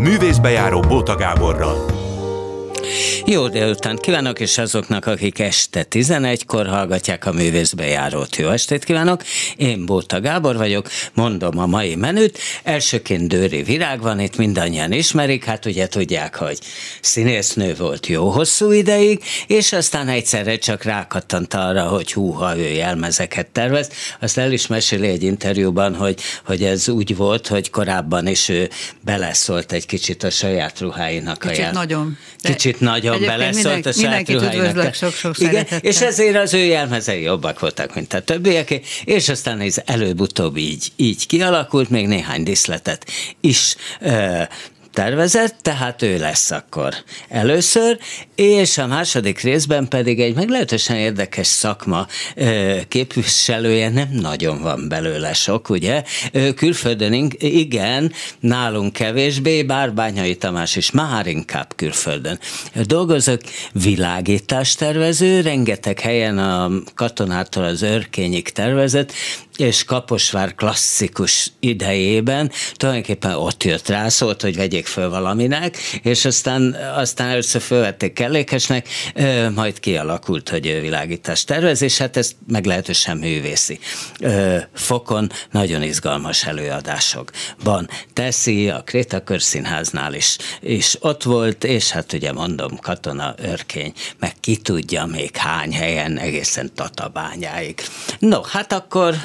Művészbejáró Bóta Gáborral. Jó délután kívánok, és azoknak, akik este 11-kor hallgatják a Művészbejárót. Jó estét kívánok, én Bóta Gábor vagyok, mondom a mai menüt. Elsőként Dőri Virág van, itt mindannyian ismerik, hát ugye tudják, hogy színésznő volt jó hosszú ideig, és aztán egyszerre csak rákattant arra, hogy húha, ő jelmezeket tervez. Azt el is meséli egy interjúban, hogy ez úgy volt, hogy korábban is ő beleszólt egy kicsit a saját ruháinak. Kicsit nagyon beleszólt a saját ruháinak. Sok-sok igen, szeretettel. és ezért az ő jelmezei jobbak voltak, mint a többieké, és aztán ez előbb-utóbb így kialakult, még néhány díszletet is tervezett, tehát ő lesz akkor először, és a második részben pedig egy meglehetősen érdekes szakma képviselője, nem nagyon van belőle sok, ugye? Külföldön igen, nálunk kevésbé, bár Bányai Tamás is már inkább külföldön dolgozok, világítástervező, rengeteg helyen a Katonától az Örkényig tervezett, és Kaposvár klasszikus idejében tulajdonképpen ott jött rá, szólt, hogy vegyék föl valaminek, és aztán először fölvették kellékesnek, majd kialakult, hogy világítás tervez, és hát ezt meglehetősen művészi fokon nagyon izgalmas előadásokban teszi, a Kréta Körszínháznál is ott volt, és hát ugye mondom, Katona, Örkény, meg ki tudja még hány helyen, egészen Tatabányáig. No, hát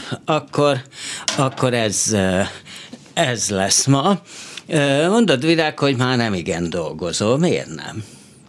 akkor ez lesz ma. Mondod, Virág, hogy már nem igen dolgozol. Miért nem?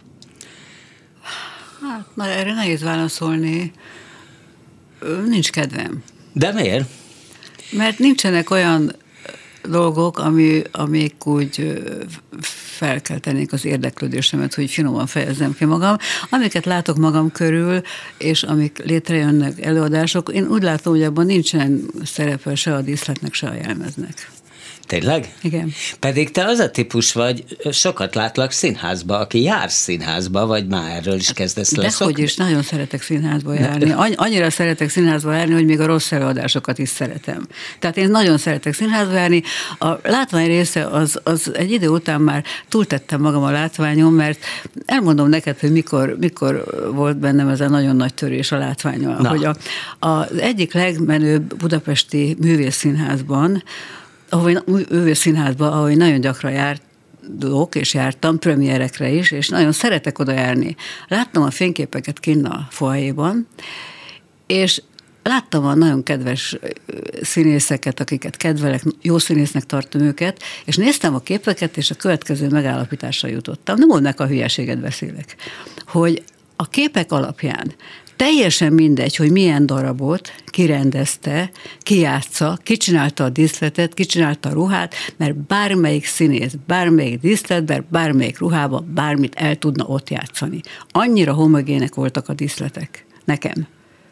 Hát, már erre nehéz válaszolni. Nincs kedvem. De miért? Mert nincsenek olyan dolgok, amik úgy felkeltenék az érdeklődésemet, hogy finoman fejezzem ki magam. Amiket látok magam körül, és amik létrejönnek előadások, én úgy látom, hogy abban nincsen szerepe se a díszletnek, se a jelmeznek. Tényleg? Igen. Pedig te az a típus vagy, sokat látlak színházba, aki jár színházba, vagy már erről is kezdesz leszokni? Dehogy is, nagyon szeretek színházba járni. Annyira szeretek színházba járni, hogy még a rossz előadásokat is szeretem. Tehát én nagyon szeretek színházba járni. A látvány része az egy idő után már túltettem magam a látványon, mert elmondom neked, hogy mikor volt bennem ez a nagyon nagy törés a látványon. Hogy az egyik legmenőbb budapesti művészszínházban, ahol nagyon gyakran járok, és jártam premierekre is, és nagyon szeretek oda járni. Láttam a fényképeket kinn a foajéban, és láttam a nagyon kedves színészeket, akiket kedvelek, jó színésznek tartom őket, és néztem a képeket, és a következő megállapításra jutottam. Nem mondd meg, a hülyeséget beszélek, hogy a képek alapján teljesen mindegy, hogy milyen darabot kirendezte, kijátsza, kicsinálta a díszletet, kicsinálta a ruhát, mert bármelyik színész, bármelyik díszletben, bármelyik ruhában bármit el tudna ott játszani. Annyira homogének voltak a díszletek. Nekem.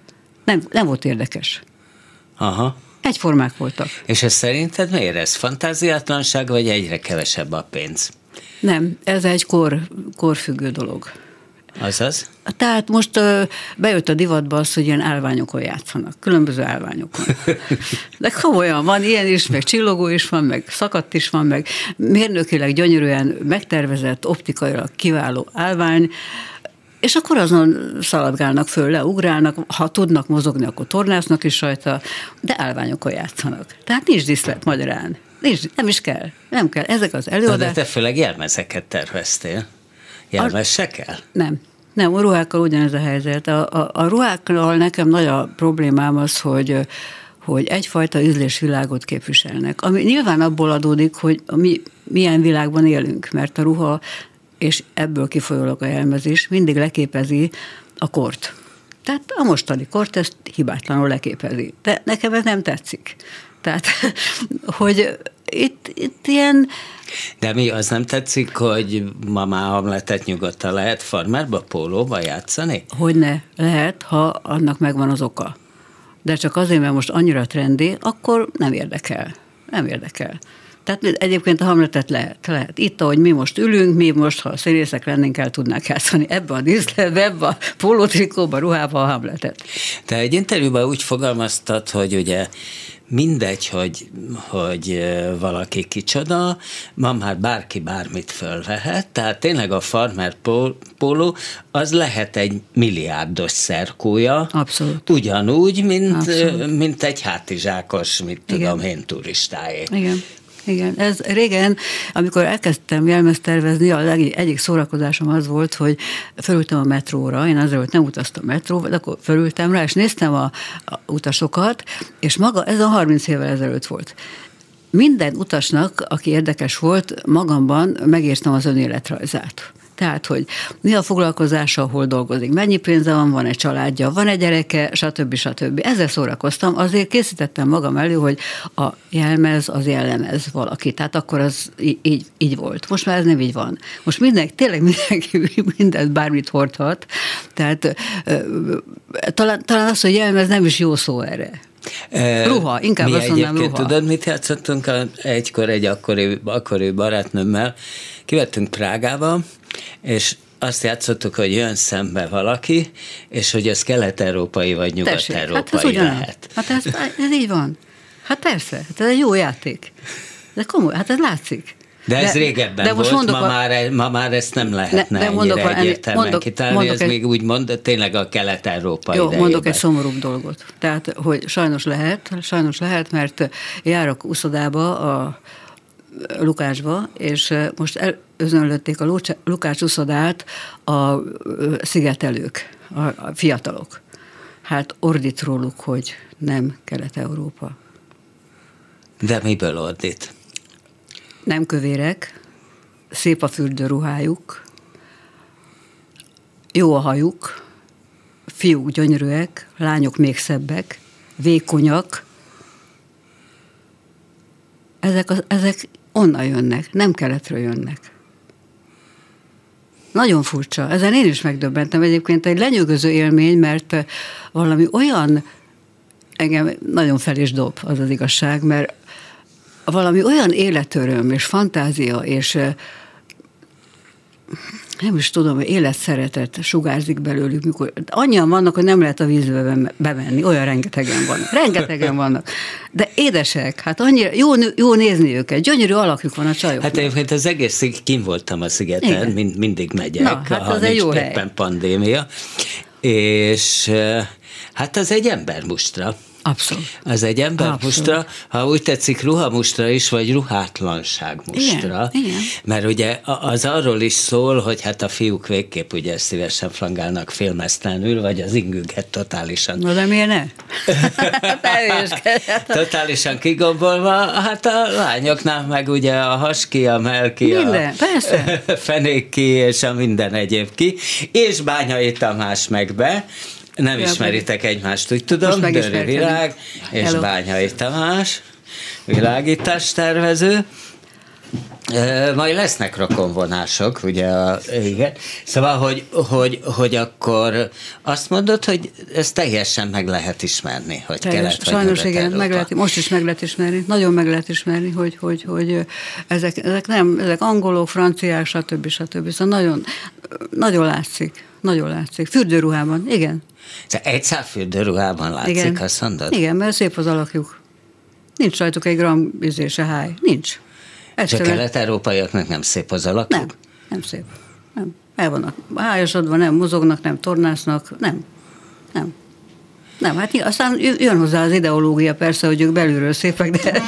Nem volt érdekes. Aha. Egyformák voltak. És ez szerinted miért ez? Fantáziátlanság, vagy egyre kevesebb a pénz? Nem, ez egy korfüggő dolog. Azaz? Tehát most bejött a divatba az, hogy ilyen állványokon játszanak. Különböző állványokon. De komolyan van, ilyen is, meg csillogó is van, meg szakadt is van, meg mérnökileg gyönyörűen megtervezett, optikailag kiváló állvány, és akkor azon szaladgálnak föl, leugrálnak, ha tudnak mozogni, akkor tornásznak is rajta, de állványokon játszanak. Tehát nincs díszlet magyarán. Nem is kell. Nem kell. Ezek az előadások. De te főleg jelmezeket terveztél. Jelmez se kell? Nem, a ruhákkal ugyanez a helyzet. A ruhákkal nekem nagy a problémám az, hogy egyfajta ízlésvilágot képviselnek. Ami nyilván abból adódik, hogy mi milyen világban élünk, mert a ruha, és ebből kifolyólag a jelmezés mindig leképezi a kort. Tehát a mostani kort ezt hibátlanul leképezi. De nekem ez nem tetszik. Tehát, hogy itt ilyen... De mi, az nem tetszik, hogy ma már Hamletet nyugodtan lehet farmerba, pólóba játszani? Hogyne, lehet, ha annak megvan az oka. De csak azért, mert most annyira trendi, akkor nem érdekel. Nem érdekel. Tehát egyébként a Hamletet lehet. Itt, ahogy mi most ülünk, mi most, ha színészek lennénk, el tudnák játszani ebbe a díszletbe, ebbe a pólótrikóba, ruhába a Hamletet. Te egy interjúban úgy fogalmaztad, hogy ugye mindegy, hogy valaki kicsoda, ma már bárki bármit fölvehet, tehát tényleg a farmer póló az lehet egy milliárdos szerkója. Abszolút. Ugyanúgy, mint egy hátizsákos, mit tudom én, turistáé. Igen, ez régen, amikor elkezdtem jelmezt tervezni, egyik szórakozásom az volt, hogy fölültem a metróra, én azért nem utaztam metróba, de akkor fölültem rá, és néztem a utasokat, és maga, ez a 30 évvel ezelőtt volt. Minden utasnak, aki érdekes volt, magamban megírtam az önéletrajzát. Tehát, hogy mi a foglalkozása, hol dolgozik, mennyi pénze van-e családja, van-e gyereke, stb. Ezzel szórakoztam, azért készítettem magam elő, hogy a jelmez az jellemez valaki. Tehát akkor az így volt. Most már ez nem így van. Most tényleg mindenki mindent bármit hordhat. Tehát talán az, hogy jelmez nem is jó szó erre. Ruha, inkább azt mondanám ruha. Tudod, mit játszottunk egykor egy akkori barátnőmmel? Kivettünk Prágába, és azt játszottuk, hogy jön szembe valaki, és hogy ez kelet-európai vagy nyugat-európai lehet. Hát ez így van. Hát persze, hát ez egy jó játék. De komoly, hát ez látszik. De ez régebben volt, ma már ezt nem lehetne ennyire egyértelműen kitálni, ez még úgy mond, tényleg a kelet-európai idejében. Mondok egy szomorúbb dolgot. Tehát, hogy sajnos lehet, mert járok uszodába a Lukácsba, és most özönlötték a Lukács uszodát a szigetelők, a fiatalok. Hát ordít róluk, hogy nem Kelet-Európa. De miből ordít? Nem kövérek, szép a fürdőruhájuk, jó a hajuk, fiúk gyönyörűek, lányok még szebbek, vékonyak. Ezek onnan jönnek, nem keletről jönnek. Nagyon furcsa. Ezen én is megdöbbentem. Egyébként egy lenyűgöző élmény, mert valami olyan, engem nagyon fel is dob, az az igazság, mert valami olyan életöröm és fantázia, és nem is tudom, hogy életszeretet sugárzik belőlük, mikor annyian vannak, hogy nem lehet a vízbe bemenni, olyan rengetegen vannak. De édesek, hát annyira jó nézni őket, gyönyörű alakjuk van a csajoknak. Hát egyébként az egész kim voltam a szigeten, mindig megyek, ha nincs éppen pandémia, és hát az egy embermustra. Abszolút. Az egy embermustra, ha úgy tetszik, ruhamustra is, vagy ruhátlanság mustra. Igen. Mert ugye az arról is szól, hogy hát a fiúk végképp ugye szívesen flangálnak félmeztelenül, vagy az ingüket totálisan. Na de miért ne? Totálisan kigombolva, hát a lányoknál meg ugye a haski, a melki, minden, persze. fenék ki, és a minden egyéb ki, és Bányai Tamás meg be. Nem ismeritek egymást, úgy tudom, Dörri Virág és Hello. Bányai Tamás, világítástervező. Majd lesznek rokonvonások, ugye, igen. Szóval, hogy akkor azt mondod, hogy ezt teljesen meg lehet ismerni, hogy kelet vagy sajnos igen, most is meg lehet ismerni, nagyon meg lehet ismerni, hogy ezek angolok, franciák, stb. Szóval nagyon látszik. Fürdőruhában, igen. Egy szál fürdőruhában látszik, igen. Azt mondod? Igen, mert szép az alakjuk. Nincs rajtuk egy gram se háj. Nincs. És a kelet-európaiaknak nem szép az alakjuk? Nem szép. Nem. El vannak hályosodva, nem mozognak, nem tornásznak, nem. Hát aztán jön hozzá az ideológia persze, hogy ők belülről szépek, de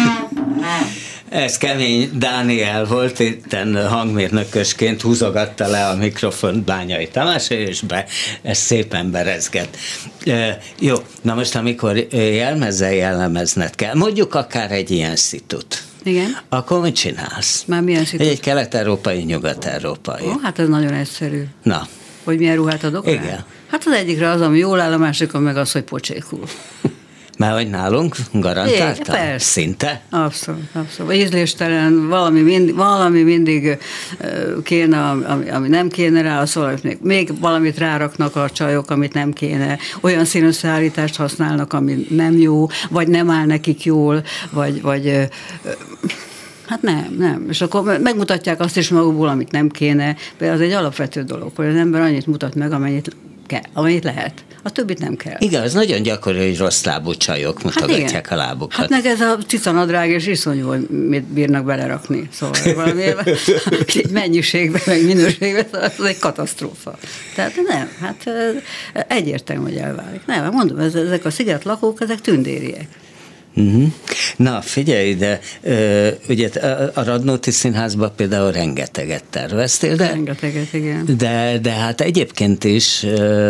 Ez kemény Dániel volt, itten hangmérnökösként húzogatta le a mikrofont Bányai Tamás, és ezt szépen berezgett. Jó, na most amikor jellemezned kell, mondjuk akár egy ilyen szitut. Igen. Akkor mit csinálsz? Már milyen szitut? Egy kelet-európai, nyugat-európai. Hát ez nagyon egyszerű. Na. Hogy milyen ruhát adok rá? Igen. Hát az egyikre az, ami jól áll, a másikon meg az, hogy pocsékul. Mert hogy nálunk garantáltan? Persze. Szinte? Abszolút. Ízléstelen, valami mindig kéne, ami nem kéne rá, szóval még valamit ráraknak a csajok, amit nem kéne. Olyan színösszeállítást használnak, ami nem jó, vagy nem áll nekik jól, vagy Hát nem. És akkor megmutatják azt is magukból, amit nem kéne. De az egy alapvető dolog, hogy az ember annyit mutat meg, amennyit kell, amennyit lehet. A többit nem kell. Igen, az nagyon gyakori, hogy rossz lábú csajok mutogatják a lábukat. Hát meg ez a cicanadrág és iszonyú, hogy mit bírnak belerakni. Szóval valami mennyiségben, meg minőségben, szóval ez egy katasztrófa. Tehát nem, hát egyértelmű, hogy elválik. Nem, mondom, ezek a szigetlakók, ezek tündériek. Uh-huh. Na, figyelj, de ugye a Radnóti Színházban például rengeteget terveztél, de... Rengeteget, igen. De hát egyébként is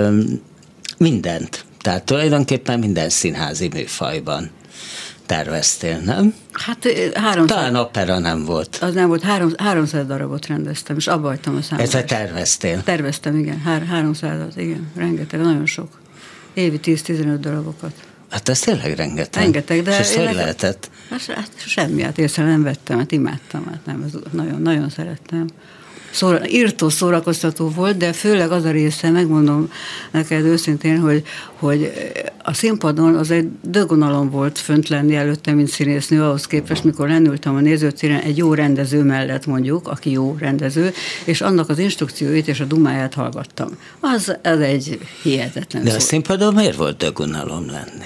mindent. Tehát tulajdonképpen minden színházi műfajban terveztél, nem? Hát 300... Talán opera nem volt. Az nem volt, 300 darabot rendeztem, és abba hagytam a számolást. Ezzel terveztél? Terveztem, igen, 300-at, igen, rengeteg, nagyon sok. Évi 10-15 darabokat. Hát ez tényleg rengeteg. Rengeteg, de... És ezt hogy lehetett? Hát semmi, hát észre nem vettem, hát imádtam, hát nem, nagyon szerettem. Írtó szórakoztató volt, de főleg az a része, megmondom neked őszintén, hogy a színpadon az egy dögunalom volt fönt lenni előtte, mint színésznő, ahhoz képest, mikor lenültem a nézőtéren egy jó rendező mellett mondjuk, aki jó rendező, és annak az instrukcióit és a dumáját hallgattam. Az egy hihetetlen De a színpadon miért volt dögunalom lenni?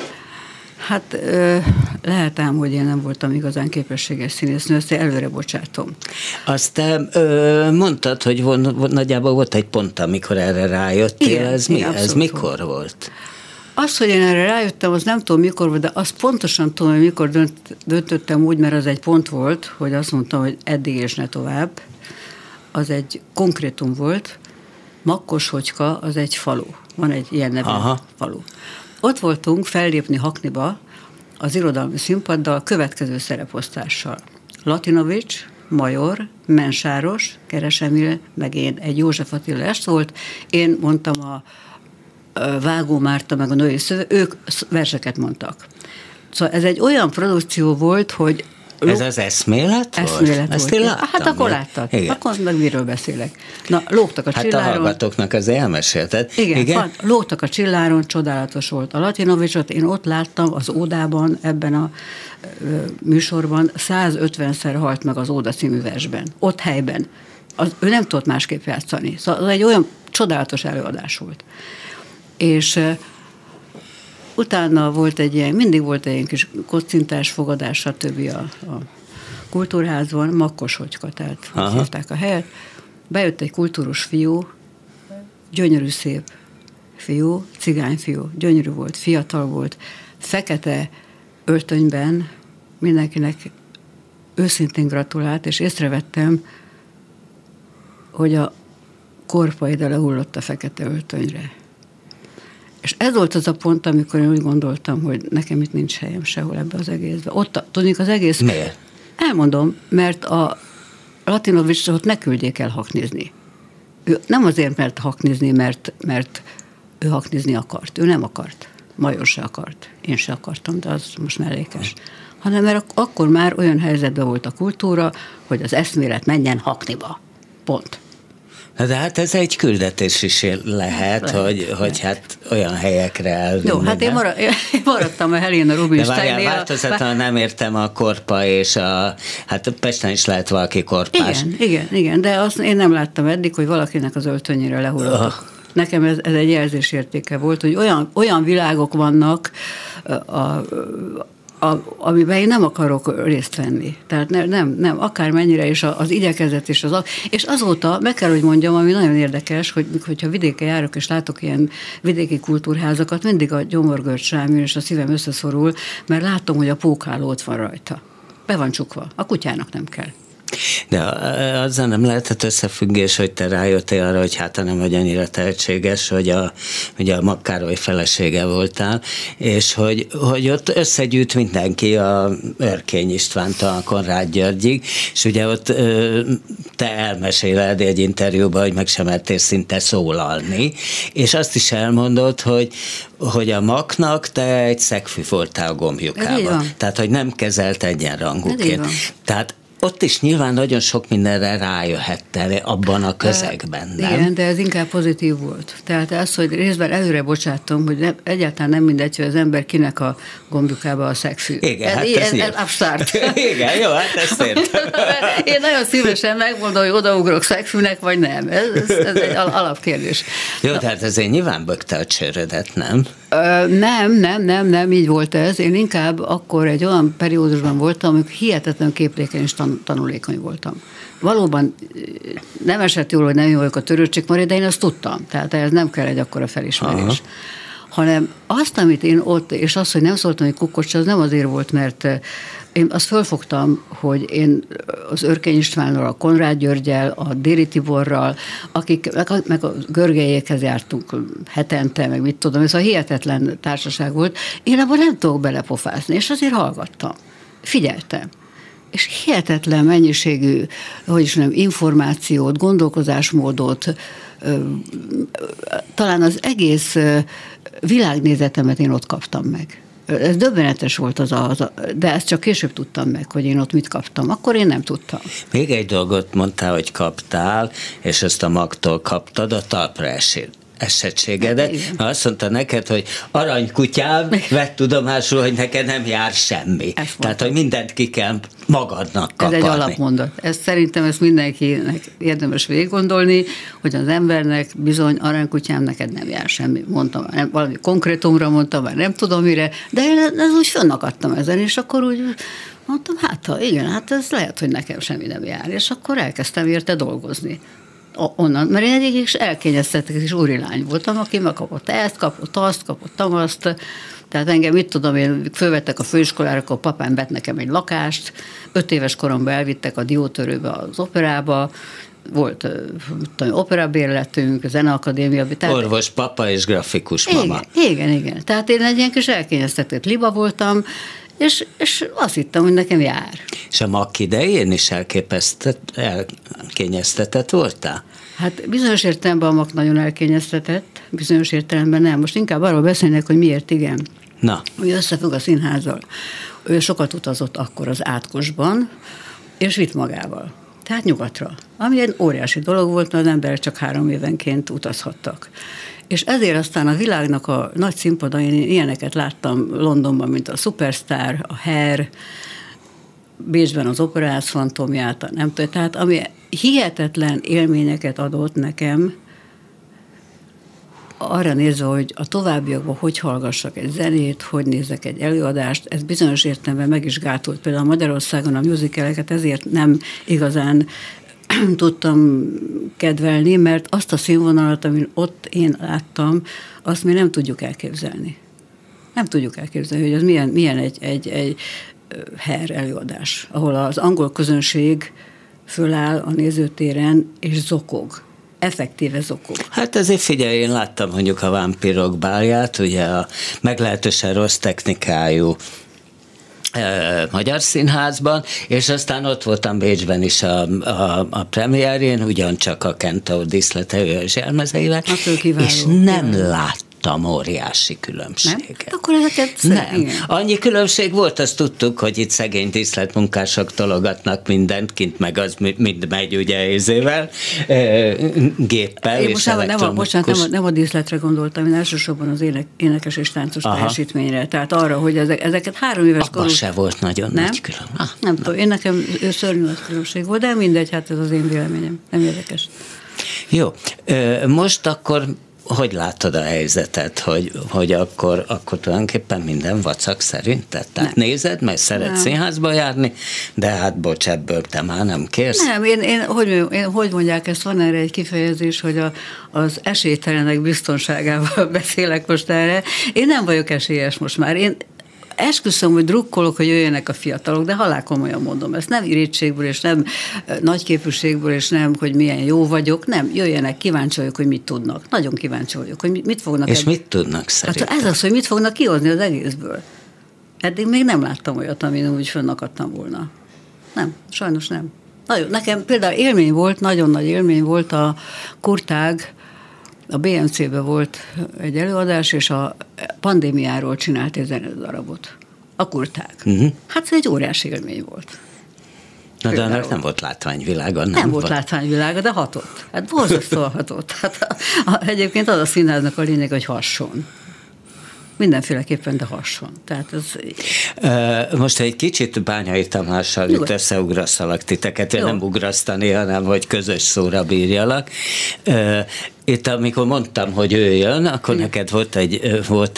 Hát lehet ám, hogy én nem voltam igazán képességes színésznő, ezt előre bocsátom. Azt te mondtad, hogy nagyjából volt egy pont, amikor erre rájöttél. Igen, ez mikor volt? Az, hogy én erre rájöttem, az nem tudom mikor volt, de azt pontosan tudom, hogy mikor döntöttem úgy, mert az egy pont volt, hogy azt mondtam, hogy eddig és ne tovább. Az egy konkrétum volt. Makkoshogyka az egy falu. Van egy ilyen nevű falu. Ott voltunk fellépni Hackniba az irodalmi színpaddal következő szereposztással. Latinovics, Major, Mensáros, Keres Emil, meg én. Egy József Attila est volt. Én mondtam a Vágó Márta, meg a Női Szövő, ők verseket mondtak. Szóval ez egy olyan produkció volt, hogy... Ez az eszmélet volt? Ezt én láttam. Hát akkor láttad. Igen. Akkor meg miről beszélek. Na, lógtak a csilláron. Hát a hallgatóknak azért elmesélted. Igen? Lógtak a csilláron, csodálatos volt. A Latinovicsot én ott láttam az Ódában, ebben a műsorban 150-szer halt meg az Óda című versben. Ott helyben. Ő nem tudott másképp játszani. Szóval az egy olyan csodálatos előadás volt. És utána volt mindig volt egy ilyen kis kocintás, fogadás, stb. A kultúrházban, Makkoshogyka, tehát hívták a helyet. Bejött egy kultúros fiú, gyönyörű szép fiú, cigányfiú, gyönyörű volt, fiatal volt, fekete öltönyben, mindenkinek őszintén gratulált, és észrevettem, hogy a korpa ide lehullott a fekete öltönyre. És ez volt az a pont, amikor én úgy gondoltam, hogy nekem itt nincs helyem sehol ebbe az egészben. Ott tudjuk az egész... Miért? Elmondom, mert a Latinovicsot ne küldjék el haknizni. Ő nem azért, mert haknizni, mert ő haknizni akart. Ő nem akart. Major se akart. Én se akartam, de az most mellékes. Hanem mert akkor már olyan helyzetben volt a kultúra, hogy az eszmélet menjen Hackniba. Pont. Na de hát ez egy küldetés is lehet, hogy hát olyan helyekre elvinni. Jó, hát én maradtam a Helena Rubinsteinnél. De változatlan nem értem a korpa és hát Pesten is lehet valaki korpás. Igen, de azt én nem láttam eddig, hogy valakinek az öltönyére lehullottak. Nekem ez egy jelzésértéke volt, hogy olyan világok vannak, amiben én nem akarok részt venni. Tehát nem akármennyire, és az igyekezet, és azóta, meg kell, hogy mondjam, ami nagyon érdekes, hogyha vidéken járok, és látok ilyen vidéki kultúrházakat, mindig a gyomorgörcs rám jön, és a szívem összeszorul, mert látom, hogy a pókháló ott van rajta. Be van csukva. A kutyának nem kell. De azzal nem lehetett összefüggés, hogy te rájöttél arra, hogy hát nem vagy annyira tehetséges, hogy a Makkároly felesége voltál, és hogy ott összegyűjt mindenki a Örkény Istvántól a Konrád Györgyig, és ugye ott te elmeséled egy interjúban, hogy meg sem mertél szinte szólalni, és azt is elmondod, hogy a Maknak te egy szegfű voltál a gombjukában. Tehát, hogy nem kezelt egyenrangúként. Tehát ott is nyilván nagyon sok mindenre rájöhettél abban a közegben, nem? Igen, de ez inkább pozitív volt. Tehát az, hogy részben előre bocsátom, hogy egyáltalán nem mindegy, hogy az ember kinek a gombjukába a szegfű. Igen, ez absztrakt. Igen, jó, hát ezt értem. Én nagyon szívesen megmondom, hogy odaugrok szegfűnek, vagy nem. Ez egy alapkérdés. Jó, tehát ezért nyilván bökte a csőrödet, nem? Nem, így volt ez. Én inkább akkor egy olyan periódusban voltam, amikor hihetetlen képlékeny és tanulékony voltam. Valóban nem esett jól, hogy nem jó vagyok a Törőcsik-Mari, de én azt tudtam. Tehát ez nem kell egy akkora felismerés. Aha. Hanem azt, amit én ott, és az, hogy nem szóltam, hogy kukkocsa, az nem azért volt, mert én azt fölfogtam, hogy én az Örkény Istvánnal, a Konrád Györgyel, a Déri Tiborral, akik meg a Görgelyékhez jártunk hetente, meg mit tudom, ez a hihetetlen társaság volt, én abban nem tudok belepofászni, és azért hallgattam, figyeltem. És hihetetlen mennyiségű, információt, gondolkozásmódot, talán az egész világnézetemet én ott kaptam meg. Ez döbbenetes volt de ezt csak később tudtam meg, hogy én ott mit kaptam. Akkor én nem tudtam. Még egy dolgot mondtál, hogy kaptál, és ezt a magtól kaptad, a talpra esettségedet. Azt mondta neked, hogy aranykutyám, vett tudomásul, hogy neked nem jár semmi. Tehát, hogy mindent ki kell magadnak kaparni. Ez egy alapmondat. Szerintem ezt mindenkinek érdemes végiggondolni, hogy az embernek bizony aranykutyám, neked nem jár semmi. Mondtam, valami konkrétumra mondtam, már nem tudom mire, de én úgy fönnakadtam ezen, és akkor úgy mondtam, hát ez lehet, hogy nekem semmi nem jár, és akkor elkezdtem érte dolgozni. Onnan, mert én egyik is elkényeztetett és úrilány voltam, aki megkapott ezt, kapott azt, kapott azt, tehát engem, mit tudom, én fölvettek a főiskolára, akkor papám vett nekem egy lakást, 5 éves koromban elvittek a Diótörőbe az operába, volt operabérletünk, a Zeneakadémia. Orvos papa és grafikus mama. Igen. Tehát én egy ilyen kis elkényeztetett liba voltam, és azt hittem, hogy nekem jár. És a mag idején is elkényeztetett voltál? Hát bizonyos értelemben a mag nagyon elkényeztetett, bizonyos értelemben nem. Most inkább arról beszélnek, hogy miért igen. Na. Hogy összefügg a színházzal. Ő sokat utazott akkor az Átkosban, és vitt magával. Tehát nyugatra. Ami egy óriási dolog volt, mert az emberek csak 3 évenként utazhattak. És ezért aztán a világnak a nagy színpadain ilyeneket láttam Londonban, mint a Superstar, a Hair, Bécsben az Operaház fantomját, nem tudom, tehát ami hihetetlen élményeket adott nekem, arra nézve, hogy a továbbiakban hogy hallgassak egy zenét, hogy nézzek egy előadást, ez bizonyos értelemben meg is gátolt. Például Magyarországon a musicaleket ezért nem igazán tudtam kedvelni, mert azt a színvonalat, amin ott én láttam, azt mi nem tudjuk elképzelni. Nem tudjuk elképzelni, hogy az milyen egy Hair előadás, ahol az angol közönség föláll a nézőtéren, és zokog. Effektíve zokog. Hát ezért figyelj, én láttam mondjuk a Vámpírok bálját, ugye a meglehetősen rossz technikájú Magyar Színházban, és aztán ott voltam Bécsben is a premierjén, ugyancsak a Kentaur díszlete Őrzselmezeivel, és nem láttam óriási különbséget. Nem? Akkor ezeket nem. Igen. Annyi különbség volt, azt tudtuk, hogy itt szegény díszletmunkások tologatnak mindent, kint meg az mind megy ugye ézével, géppel én és elektronikus. Nem a díszletre gondoltam, én elsősorban az énekes és táncos teljesítményre. Tehát arra, hogy ezeket 3 éves korú... Abban se volt nagyon nagy különbség. Nem tudom, én nekem szörnyű nagy különbség volt, de mindegy, hát ez az én véleményem, nem érdekes. Jó, most akkor hogy látod a helyzetet, hogy akkor hogy minden vacak szerinted? Tehát nézed, mert szeret színházba járni, de hát bocs, ebből te már nem kérsz. Nem, én hogy mondják ezt, van erre egy kifejezés, hogy az esélytelenek biztonságával beszélek most erre. Én nem vagyok esélyes most már. Én esküszöm, hogy drukkolok, hogy jöjjenek a fiatalok, de halálkomolyan mondom ezt. Nem irítségből, és nem nagyképűségből, és nem, hogy milyen jó vagyok. Nem, jöjjenek, kíváncsi vagyok, hogy mit tudnak. Nagyon kíváncsi vagyok, hogy mit fognak. És mit tudnak szerintem? Hát ez az, hogy mit fognak kihozni az egészből. Eddig még nem láttam olyat, amin úgy fönnakadtam volna. Nem, sajnos nem. Nekem például élmény volt, nagyon nagy élmény volt a Kurtág, a BMC-ben volt egy előadás, és a pandémiáról csinált egy zenedarabot. A Kurtág. Hát ez egy óriási élmény volt. Na, de annak nem volt látványvilága. Nem volt látványvilága, de hatott. Hát borzasztóan hatott. Hát egyébként az a színháznak a lényeg, hogy hasson. Mindenféleképpen, de hasson. Tehát ez... Most egy kicsit Bányai Tamással itt összeugrasztalak titeket, nem ugrasztani, hanem hogy közös szóra bírjalak. Itt amikor mondtam, hogy ő jön, akkor neked volt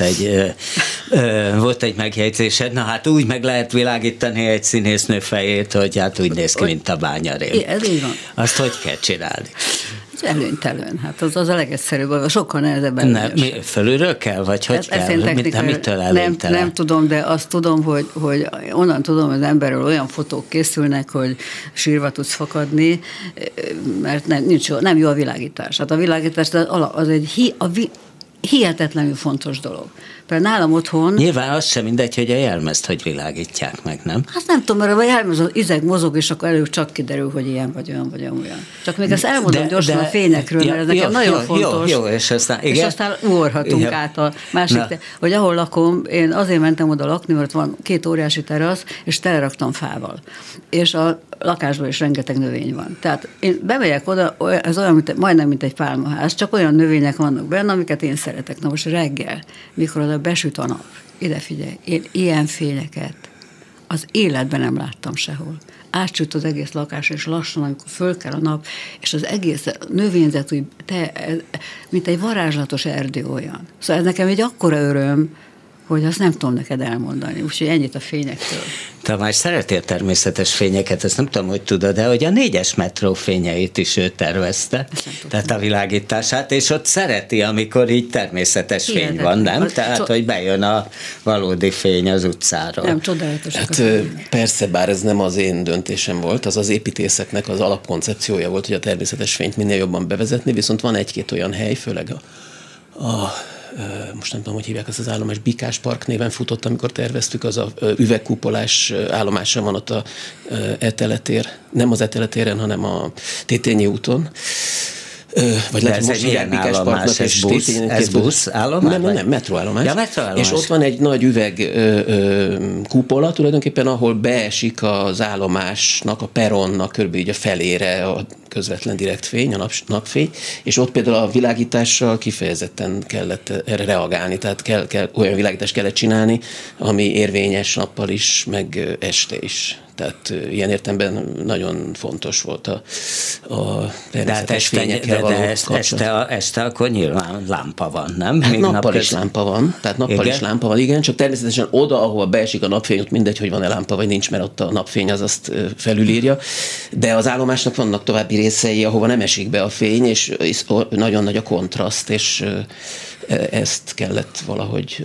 egy megjegyzésed, na hát úgy meg lehet világítani egy színésznő fejét, hogy hát úgy néz ki, mint a bányarém. Ez így van. Azt hogy kell csinálni? Előnytelen, hát az a legegyszerűbb, sokkal nehezebb előnyös. Fölülről kell, vagy hogy kell? Mitől előnytelen? Nem tudom, de azt tudom, hogy onnan tudom, hogy az emberről olyan fotók készülnek, hogy sírva tudsz fakadni, mert nem jó a világítás. Hát a világítás az egy hihetetlenül fontos dolog. Például nálam otthon... Nyilván az sem mindegy, hogy a jelmezt hogy világítják meg, nem? Hát nem tudom, mert a jelmez az izeg mozog, és akkor előbb csak kiderül, hogy ilyen vagy olyan. Csak még ezt elmondom gyorsan a fényekről, mert ez nekem nagyon fontos. Jó, és aztán ugorhatunk át a másik, hogy ahol lakom, én azért mentem oda lakni, mert van 2 óriási terasz, és teleraktam fával. És a lakásban is rengeteg növény van. Tehát én bemegyek oda, ez olyan, majdnem, mint egy pálmaház, csak olyan növények vannak benne, amiket én szeretek. Na most reggel, mikor oda besüt a nap, ide figyelj, én ilyen fényeket az életben nem láttam sehol. Átsüt az egész lakás, és lassan, amikor föl kell a nap, és az egész növényzet, úgy mint egy varázslatos erdő olyan. Szóval ez nekem egy akkora öröm, hogy azt nem tudom neked elmondani. Úgyhogy ennyit a fényektől. Tamás, szeretél természetes fényeket, ezt nem tudom, hogy tudod, de hogy a 4-es metró fényeit is ő tervezte, tehát a világítását, és ott szereti, amikor így természetes fény van, nem? Tehát, hogy bejön a valódi fény az utcáról. Nem, csodálatos. Hát persze, bár ez nem az én döntésem volt, az építészeknek az alapkoncepciója volt, hogy a természetes fényt minél jobban bevezetni, viszont van egy-két olyan hely, főleg most nem tudom, hogy hívják ezt az állomás, Bikás Park néven futott, amikor terveztük, az a üvegkupolás állomásra van ott a Eteletér, nem az Eteletéren, hanem a Tétényi úton. Vagy lehet, most hívják Bikás Parknak, és ez busz állomás? Nem, metróállomás. Ja, metróállomás. És ott van egy nagy üveg kupola tulajdonképpen, ahol beesik az állomásnak, a peronnak körülbelül így a felére a közvetlen direkt fény, a napfény, és ott például a világítással kifejezetten kellett erre reagálni, tehát olyan világítást kellett csinálni, ami érvényes nappal is, meg este is. Tehát ilyen értelemben nagyon fontos volt a természetes fényekkel való kapcsolat. Este akkor nyilván lámpa van, nem? Hát nappal is lámpa van, tehát nappal is lámpa van, igen, csak természetesen oda, ahol beesik a napfény, ott mindegy, hogy van-e lámpa, vagy nincs, mert ott a napfény az azt felülírja, de az állomásnak vannak további részei, ahova nem esik be a fény, és nagyon nagy a kontraszt, és ezt kellett valahogy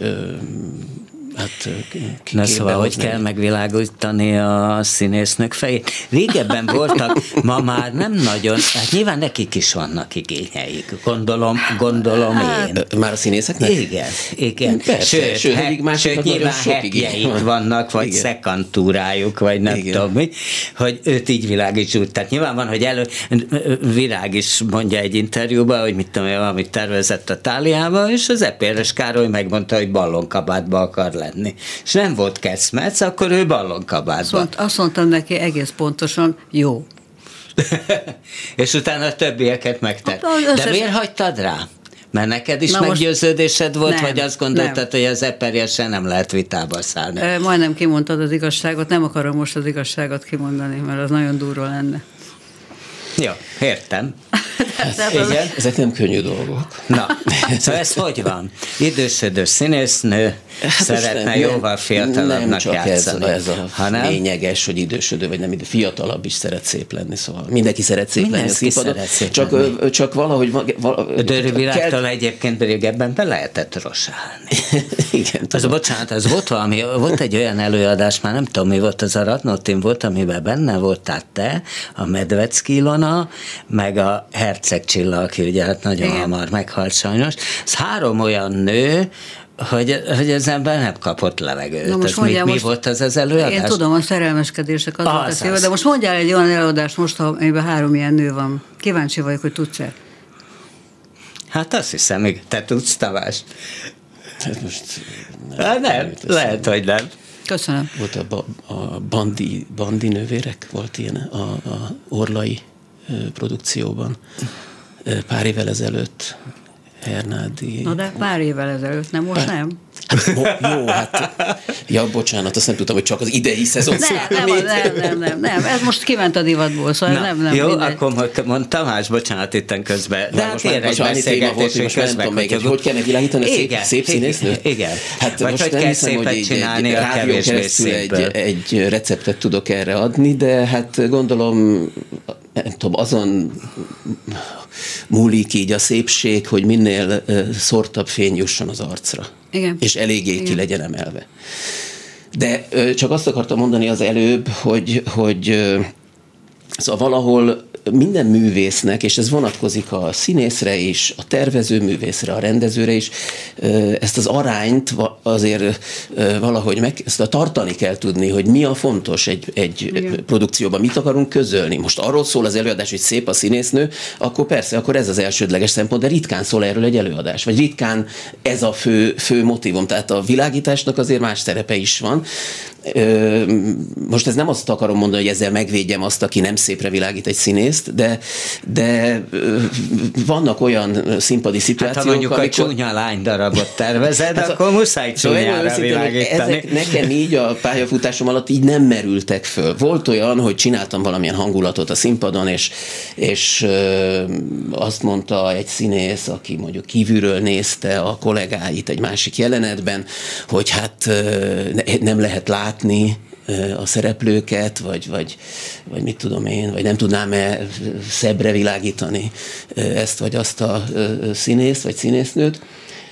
Na szóval, hogy kell megvilágítani a színésznök fejét? Régebben voltak, ma már nem nagyon, hát nyilván nekik is vannak igényeik, gondolom én. Már a színészeknek? Igen. Persze, sőt nyilván heppjeik vannak, vagy szekantúrájuk, vagy nem tudom mi, hogy őt így világítsuk. Tehát nyilván van, hogy Virág is mondja egy interjúban, hogy mit tudom én, amit tervezett a Táliába, és az Epéres Károly megmondta, hogy ballonkabátba akar lenni. És nem volt keszmec, akkor ő ballonkabátban. Azt mondtam neki egész pontosan, jó. És utána a többieket megtett. De miért hagytad rá? Mert neked is meggyőződésed volt, vagy azt gondoltad, hogy az Eperjessel nem lehet vitába szállni? Majdnem kimondtad az igazságot, nem akarom most az igazságot kimondani, mert az nagyon durva lenne. Jó, értem. Igen, ezek nem könnyű dolgok. Na, szóval ez hogy van? Idősödő színésznő szeretne jóval fiatalabbnak játszani. Ez a lényeges, hogy idősödő, vagy nem, fiatalabb is szeret szép lenni, szóval mindenki szeret szép lenni a színpadon. Csak valahogy... Dörri Virágtól egyébként régebben be lehetett rosálni. Igen. Bocsánat, volt egy olyan előadás, már nem tudom, mi volt, az a Radnótin volt, amiben benne voltál te, a Medvecki Ilona, meg a Herceg Csilla, aki ugye hát nagyon hamar meghalt sajnos. Ez 3 olyan nő, hogy az ember nem kapott levegőt. Mi volt az előadás? Én tudom, a szerelmeskedések az. De most mondjál egy olyan előadást most, amiben 3 ilyen nő van. Kíváncsi vagyok, hogy tudsz-e? Hát azt hiszem, még te tudsz, Tamás. Hát most nem, lehet, hogy nem. Köszönöm. Volt a Bandi nővérek, volt ilyen a Orlai produkcióban pár évvel ezelőtt. Hernádi. Na de pár évvel ezelőtt, nem most nem? Jó, bocsánat, azt nem tudtam, hogy csak az idei szezon. Nem, ez most kiment a divatból, szóval nem. Jó, mindegy. Akkor Tamás, bocsánat, itten közben. De most már annyi téma volt, hogy most nem tudom még, hogy kell megvilágítani a szép színésznőt? Igen. Hát vagy most hogy nem kell hiszem, hogy szépet csinálni a kevésbé szépből. egy receptet tudok erre adni, de hát gondolom, nem tudom, azon múlik így a szépség, hogy minél szórtabb fény jusson az arcra. Igen. És eléggé ki legyen emelve. De csak azt akartam mondani az előbb, hogy szóval valahol minden művésznek, és ez vonatkozik a színészre is, a tervező művészre, a rendezőre is, ezt az arányt azért valahogy ezt tartani kell tudni, hogy mi a fontos egy produkcióban, mit akarunk közölni. Most arról szól az előadás, hogy szép a színésznő, akkor persze, akkor ez az elsődleges szempont, de ritkán szól erről egy előadás, vagy ritkán ez a fő motívum. Tehát a világításnak azért más szerepe is van. Most ez nem azt akarom mondani, hogy ezzel megvédjem azt, aki nem szépre világít egy színészt, de vannak olyan színpadi szituációk, hát, ha mondjuk a csúnya lány darabot tervezed, akkor muszáj csúnyára világítani. Ezek nekem így a pályafutásom alatt így nem merültek föl. Volt olyan, hogy csináltam valamilyen hangulatot a színpadon, és azt mondta egy színész, aki mondjuk kívülről nézte a kollégáit egy másik jelenetben, hogy hát nem lehet látni a szereplőket, vagy mit tudom én, vagy nem tudnám-e szebbre világítani ezt vagy azt a színészt, vagy színésznőt.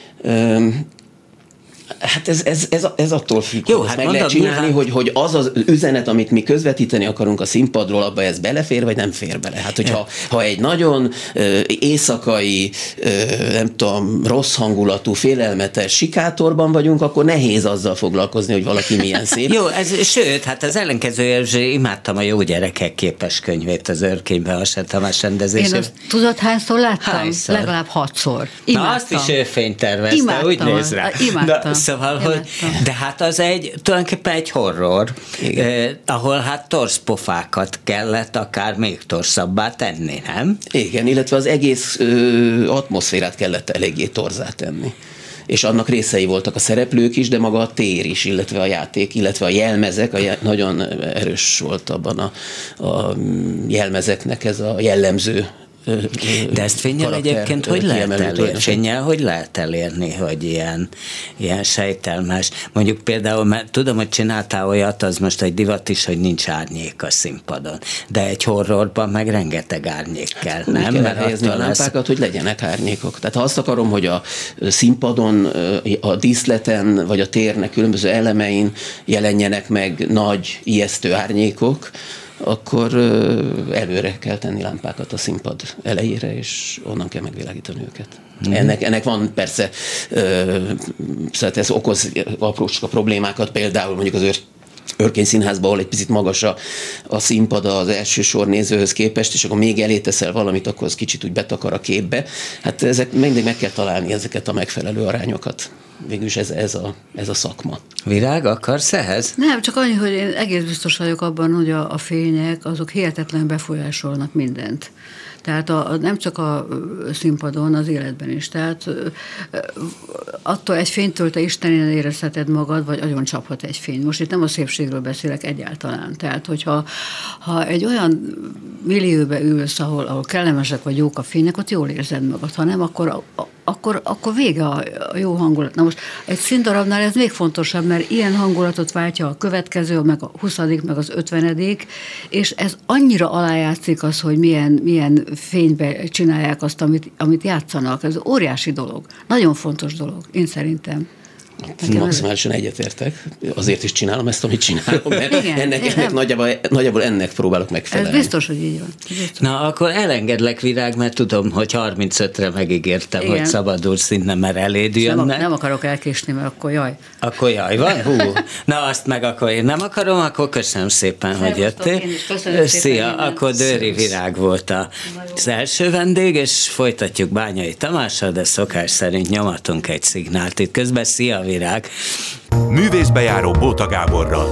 Hát ez attól függ, jó, hogy hát meg lehet csinálni, hogy az az üzenet, amit mi közvetíteni akarunk a színpadról, abba ez belefér, vagy nem fér bele. Hát, hogyha egy nagyon éjszakai, nem tudom, rossz hangulatú, félelmetes sikátorban vagyunk, akkor nehéz azzal foglalkozni, hogy valaki milyen szép. Jó, sőt, hát az ellenkezője, imádtam a Jó gyerekek képes könyvét az Örkénybe, a Tamás rendezésében. Én azt tudod, hányszor láttam? Hányszor? Legalább 6-szor. Na, azt is ő fénytervezte, úgy néz rá. Imádtam. Szóval, hogy, de hát az tulajdonképpen egy horror, ahol hát torszpofákat kellett akár még torszabbá tenni, nem? Igen, illetve az egész atmoszférát kellett eléggé torzá tenni. És annak részei voltak a szereplők is, de maga a tér is, illetve a játék, illetve a jelmezek, nagyon erős volt abban a jelmezeknek ez a jellemző. De ezt fénnyel egyébként hogy lehet elérni, hogy ilyen sejtelmes. Mondjuk például, mert tudom, hogy csináltál olyat, az most egy divat is, hogy nincs árnyék a színpadon. De egy horrorban meg rengeteg árnyék kell, nem? Kell helyezni a lámpákat, hogy legyenek árnyékok. Tehát ha azt akarom, hogy a színpadon, a díszleten, vagy a térnek különböző elemein jelenjenek meg nagy, ijesztő árnyékok, akkor előre kell tenni lámpákat a színpad elejére, és onnan kell megvilágítani őket. Ennek van persze, szóval ez okoz aprócska problémákat, például mondjuk az Örkény Színházban, ahol egy picit magas a színpad az első sor nézőhöz képest, és akkor még elé teszel valamit, akkor az kicsit úgy betakar a képbe. Hát ezek mindig meg kell találni ezeket a megfelelő arányokat. Végülis ez a szakma. Virág, akarsz ehhez? Nem, csak annyi, hogy én egész biztos vagyok abban, hogy a fények, azok hihetetlen befolyásolnak mindent. Tehát nem csak a színpadon, az életben is. Tehát attól egy fénytől te istenien érezheted magad, vagy agyon csaphat egy fény. Most itt nem a szépségről beszélek egyáltalán. Tehát, hogyha egy olyan millióbe ülsz, ahol kellemesek vagy jók a fények, ott jól érzed magad. Ha nem, akkor vége a jó hangulat. Na most egy színdarabnál ez még fontosabb, mert ilyen hangulatot váltja a következő, meg a 20., meg az 50., és ez annyira alájátszik az, hogy milyen fénybe csinálják azt, amit játszanak. Ez óriási dolog. Nagyon fontos dolog, én szerintem. Maximálisan egyetértek. Azért is csinálom ezt, amit csinálom, mert ennek nagyjából ennek próbálok megfelelni. Ez biztos, hogy így van. Na, akkor elengedlek, Virág, mert tudom, hogy 35-re megígértem, hogy szabadulsz innen, mert eléd jönnek. Nem akarok elkésni, mert akkor jaj. Akkor jaj van? Hú. Na, azt meg akkor én nem akarom, akkor köszönöm szépen, hogy jöttél. Szia, akkor Dőri Virág volt az első vendég, és folytatjuk Bányai Tamással, de szokás szerint nyomatunk egy szignált itt közben. Szia, virág. Művészbejáró Bóta Gáborral.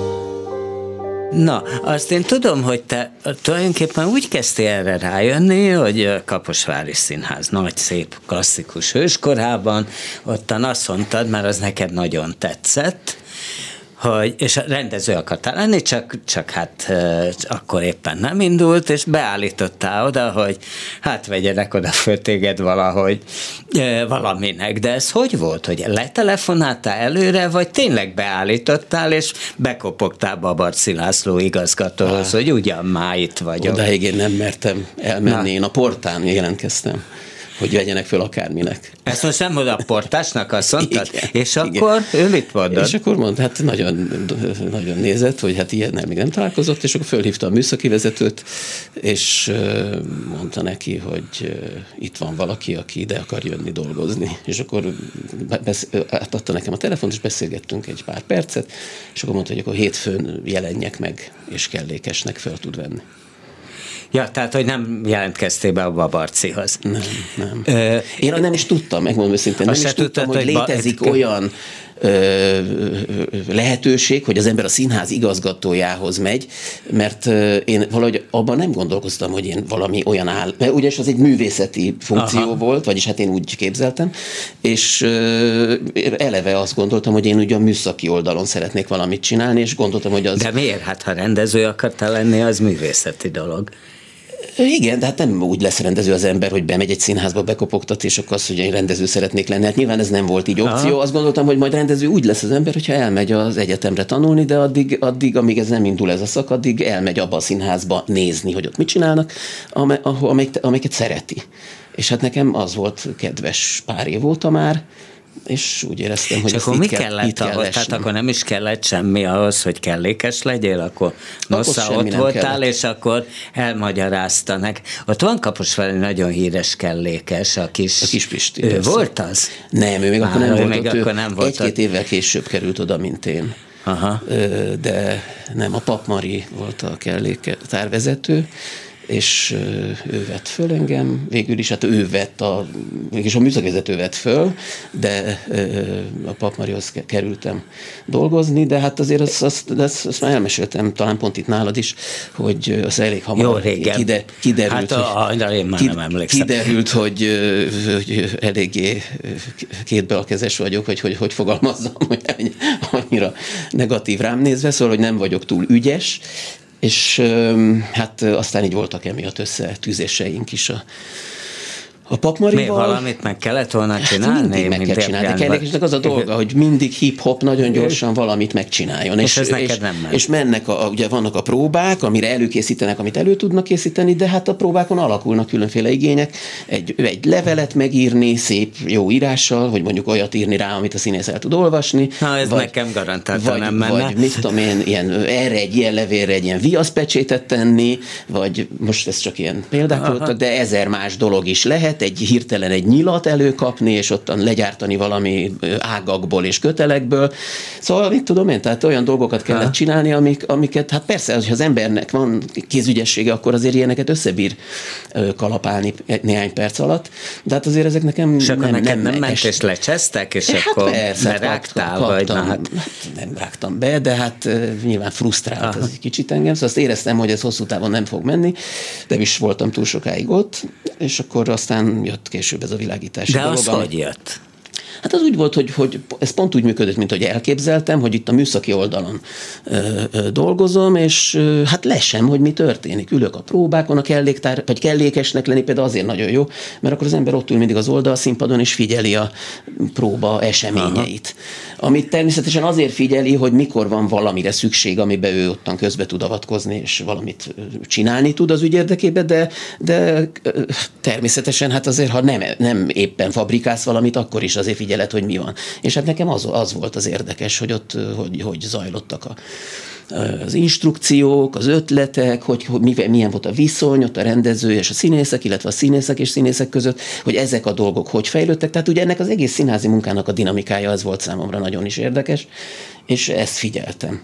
Na, azt én tudom, hogy te tulajdonképpen úgy kezdtél erre rájönni, hogy Kaposvári Színház nagy, szép, klasszikus hőskorában, ottan azt mondtad, mert az neked nagyon tetszett, hogy, és a rendező akartál lenni, csak hát akkor éppen nem indult, és beállítottál oda, hogy hát vegyenek oda föl téged valahogy valaminek. De ez hogy volt, hogy letelefonáltál előre, vagy tényleg beállítottál, és bekopogtál Babarczy László igazgatóhoz, hogy ugyan már itt vagyok. Odáig én nem mertem elmenni, én a portán jelentkeztem, hogy vegyenek föl akárminek. Ezt most nem mondod a portásnak, azt mondtad? Igen, És akkor ő mit mondott? És akkor mondta, hát nagyon nézett, hogy hát ilyen még nem találkozott, és akkor fölhívta a műszaki vezetőt, és mondta neki, hogy itt van valaki, aki ide akar jönni dolgozni. És akkor átadta nekem a telefont, és beszélgettünk egy pár percet, és akkor mondta, hogy akkor hétfőn jelenjek meg, és Kellékesnek föl tud venni. Ja, tehát, hogy nem jelentkeztél be a Babarczyhoz. Nem. Én nem is tudtam, megmondom őszintén, nem is tudtam, hogy létezik olyan lehetőség, hogy az ember a színház igazgatójához megy, mert én valahogy abban nem gondolkoztam, hogy én valami olyan mert ugyanis az egy művészeti funkció volt, vagyis hát én úgy képzeltem, és eleve azt gondoltam, hogy én ugye a műszaki oldalon szeretnék valamit csinálni, és gondoltam, hogy az... De miért? Hát ha rendező akartál lenni, az művészeti dolog. Igen, de hát nem úgy lesz rendező az ember, hogy bemegy egy színházba, bekopogtat, és akkor azt, hogy én rendező szeretnék lenni. Hát nyilván ez nem volt így opció. Azt gondoltam, hogy majd rendező úgy lesz az ember, hogyha elmegy az egyetemre tanulni, de addig amíg ez nem indul ez a szak, addig elmegy abba a színházba nézni, hogy ott mit csinálnak, amiket szereti. És hát nekem az volt kedves pár év óta már, és úgy éreztem, hogy akkor mi kellett ahhoz? Tehát akkor nem is kellett semmi ahhoz, hogy kellékes legyél, akkor nosza ott voltál, kellett. És akkor elmagyarázta nek. Ott van Kaposvári nagyon híres kellékes, a kis Pisti. Ő volt az? Nem, ő még akkor nem volt még ott. Akkor nem volt egy-két évvel később került oda, mint én. Aha. De nem, a Pap Mari volt a kelléktárvezető, és ő vett föl engem, végül is, hát ő vett mégis a műszakvezető vett föl, de a Pap Marihoz kerültem dolgozni, de hát azért azt már elmeséltem, talán pont itt nálad is, hogy az elég hamar kiderült, hogy eléggé kétbealkezes vagyok, hogy fogalmazzam, hogy annyira negatív rám nézve, szóval, hogy nem vagyok túl ügyes, és hát aztán így voltak emiatt összetűzéseink is a Pap Marival. Mi valamit meg kellett volna csinálni? Hát mindig meg kell csinálni. Kellékesnek az a dolga, hogy mindig hip-hop nagyon gyorsan valamit megcsináljon. És ez neked nem ment. És mennek, ugye vannak a próbák, amire előkészítenek, amit elő tudnak készíteni, de hát a próbákon alakulnak különféle igények. Egy levelet megírni, szép, jó írással, hogy mondjuk olyat írni rá, amit a színész el tud olvasni. Na, ez nekem garantáltan nem menne. Vagy mit tudom én, erre egy ilyen levélre egy ilyen viaszpecsétet tenni, vagy most ez csak ilyen példák voltak, de 1000 más dolog is lehet, hirtelen egy nyilat előkapni, és ottan legyártani valami ágakból és kötelekből. Szóval, mit tudom én, tehát olyan dolgokat kellett csinálni, amiket, hát persze, hogyha az embernek van kézügyessége, akkor azért ilyeneket összebír kalapálni néhány perc alatt, de hát azért ezek nekem és akkor nem ment, és lecsesztek, és hát akkor persze, rágtál, vagy nem rágtam be, de hát nyilván frusztrált ez egy kicsit engem, szóval azt éreztem, hogy ez hosszú távon nem fog menni, de is voltam túl sokáig ott, és akkor aztán jött később ez a világítási dolog. De az hogy jött? Hát az úgy volt, hogy ez pont úgy működött, mint hogy elképzeltem, hogy itt a műszaki oldalon dolgozom, és hát lesem, hogy mi történik. Ülök a próbákon, vagy kellékesnek lenni például azért nagyon jó, mert akkor az ember ott ül mindig az oldalszínpadon, és figyeli a próba eseményeit. Amit természetesen azért figyeli, hogy mikor van valamire szükség, amiben ő ottan közbe tud avatkozni, és valamit csinálni tud az ügy érdekében, de természetesen hát azért, ha nem éppen fabrikálsz valamit, akkor is azért figyeled, hogy mi van. És hát nekem az volt az érdekes, hogy ott hogy zajlottak az instrukciók, az ötletek, hogy milyen volt a viszony ott a rendező és a színészek, illetve a színészek és színészek között, hogy ezek a dolgok hogy fejlődtek. Tehát ugye ennek az egész színházi munkának a dinamikája az volt számomra nagyon is érdekes, és ezt figyeltem.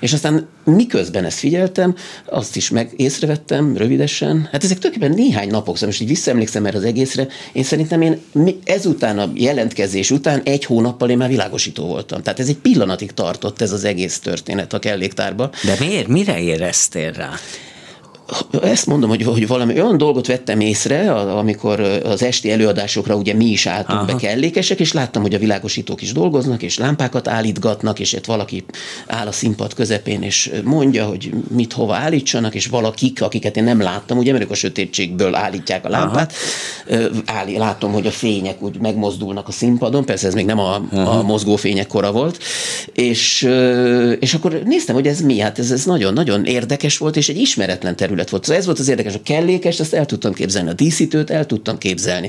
És aztán miközben ezt figyeltem, azt is észrevettem rövidesen, hát ezek tulajdonképpen néhány napok, szóval most így visszaemlékszem erre az egészre, én szerintem ezután a jelentkezés után 1 hónappal én már világosító voltam. Tehát ez egy pillanatig tartott ez az egész történet a kelléktárban. De miért? Mire éreztél rá? Ezt mondom, hogy valami olyan dolgot vettem észre, amikor az esti előadásokra ugye mi is álltunk be kellékesek, és láttam, hogy a világosítók is dolgoznak, és lámpákat állítgatnak, és itt valaki áll a színpad közepén, és mondja, hogy mit hova állítsanak, és valakik, akiket én nem láttam, ugye, mert ők a sötétségből állítják a lámpát, látom, hogy a fények úgy megmozdulnak a színpadon, persze ez még nem a mozgófények kora volt, és akkor néztem, hogy ez mi, hát ez nagyon-nagyon érdekes volt, és egy ismeretlen terület volt. Szóval ez volt az érdekes, a kellékes, azt el tudtam képzelni, a díszítőt el tudtam képzelni,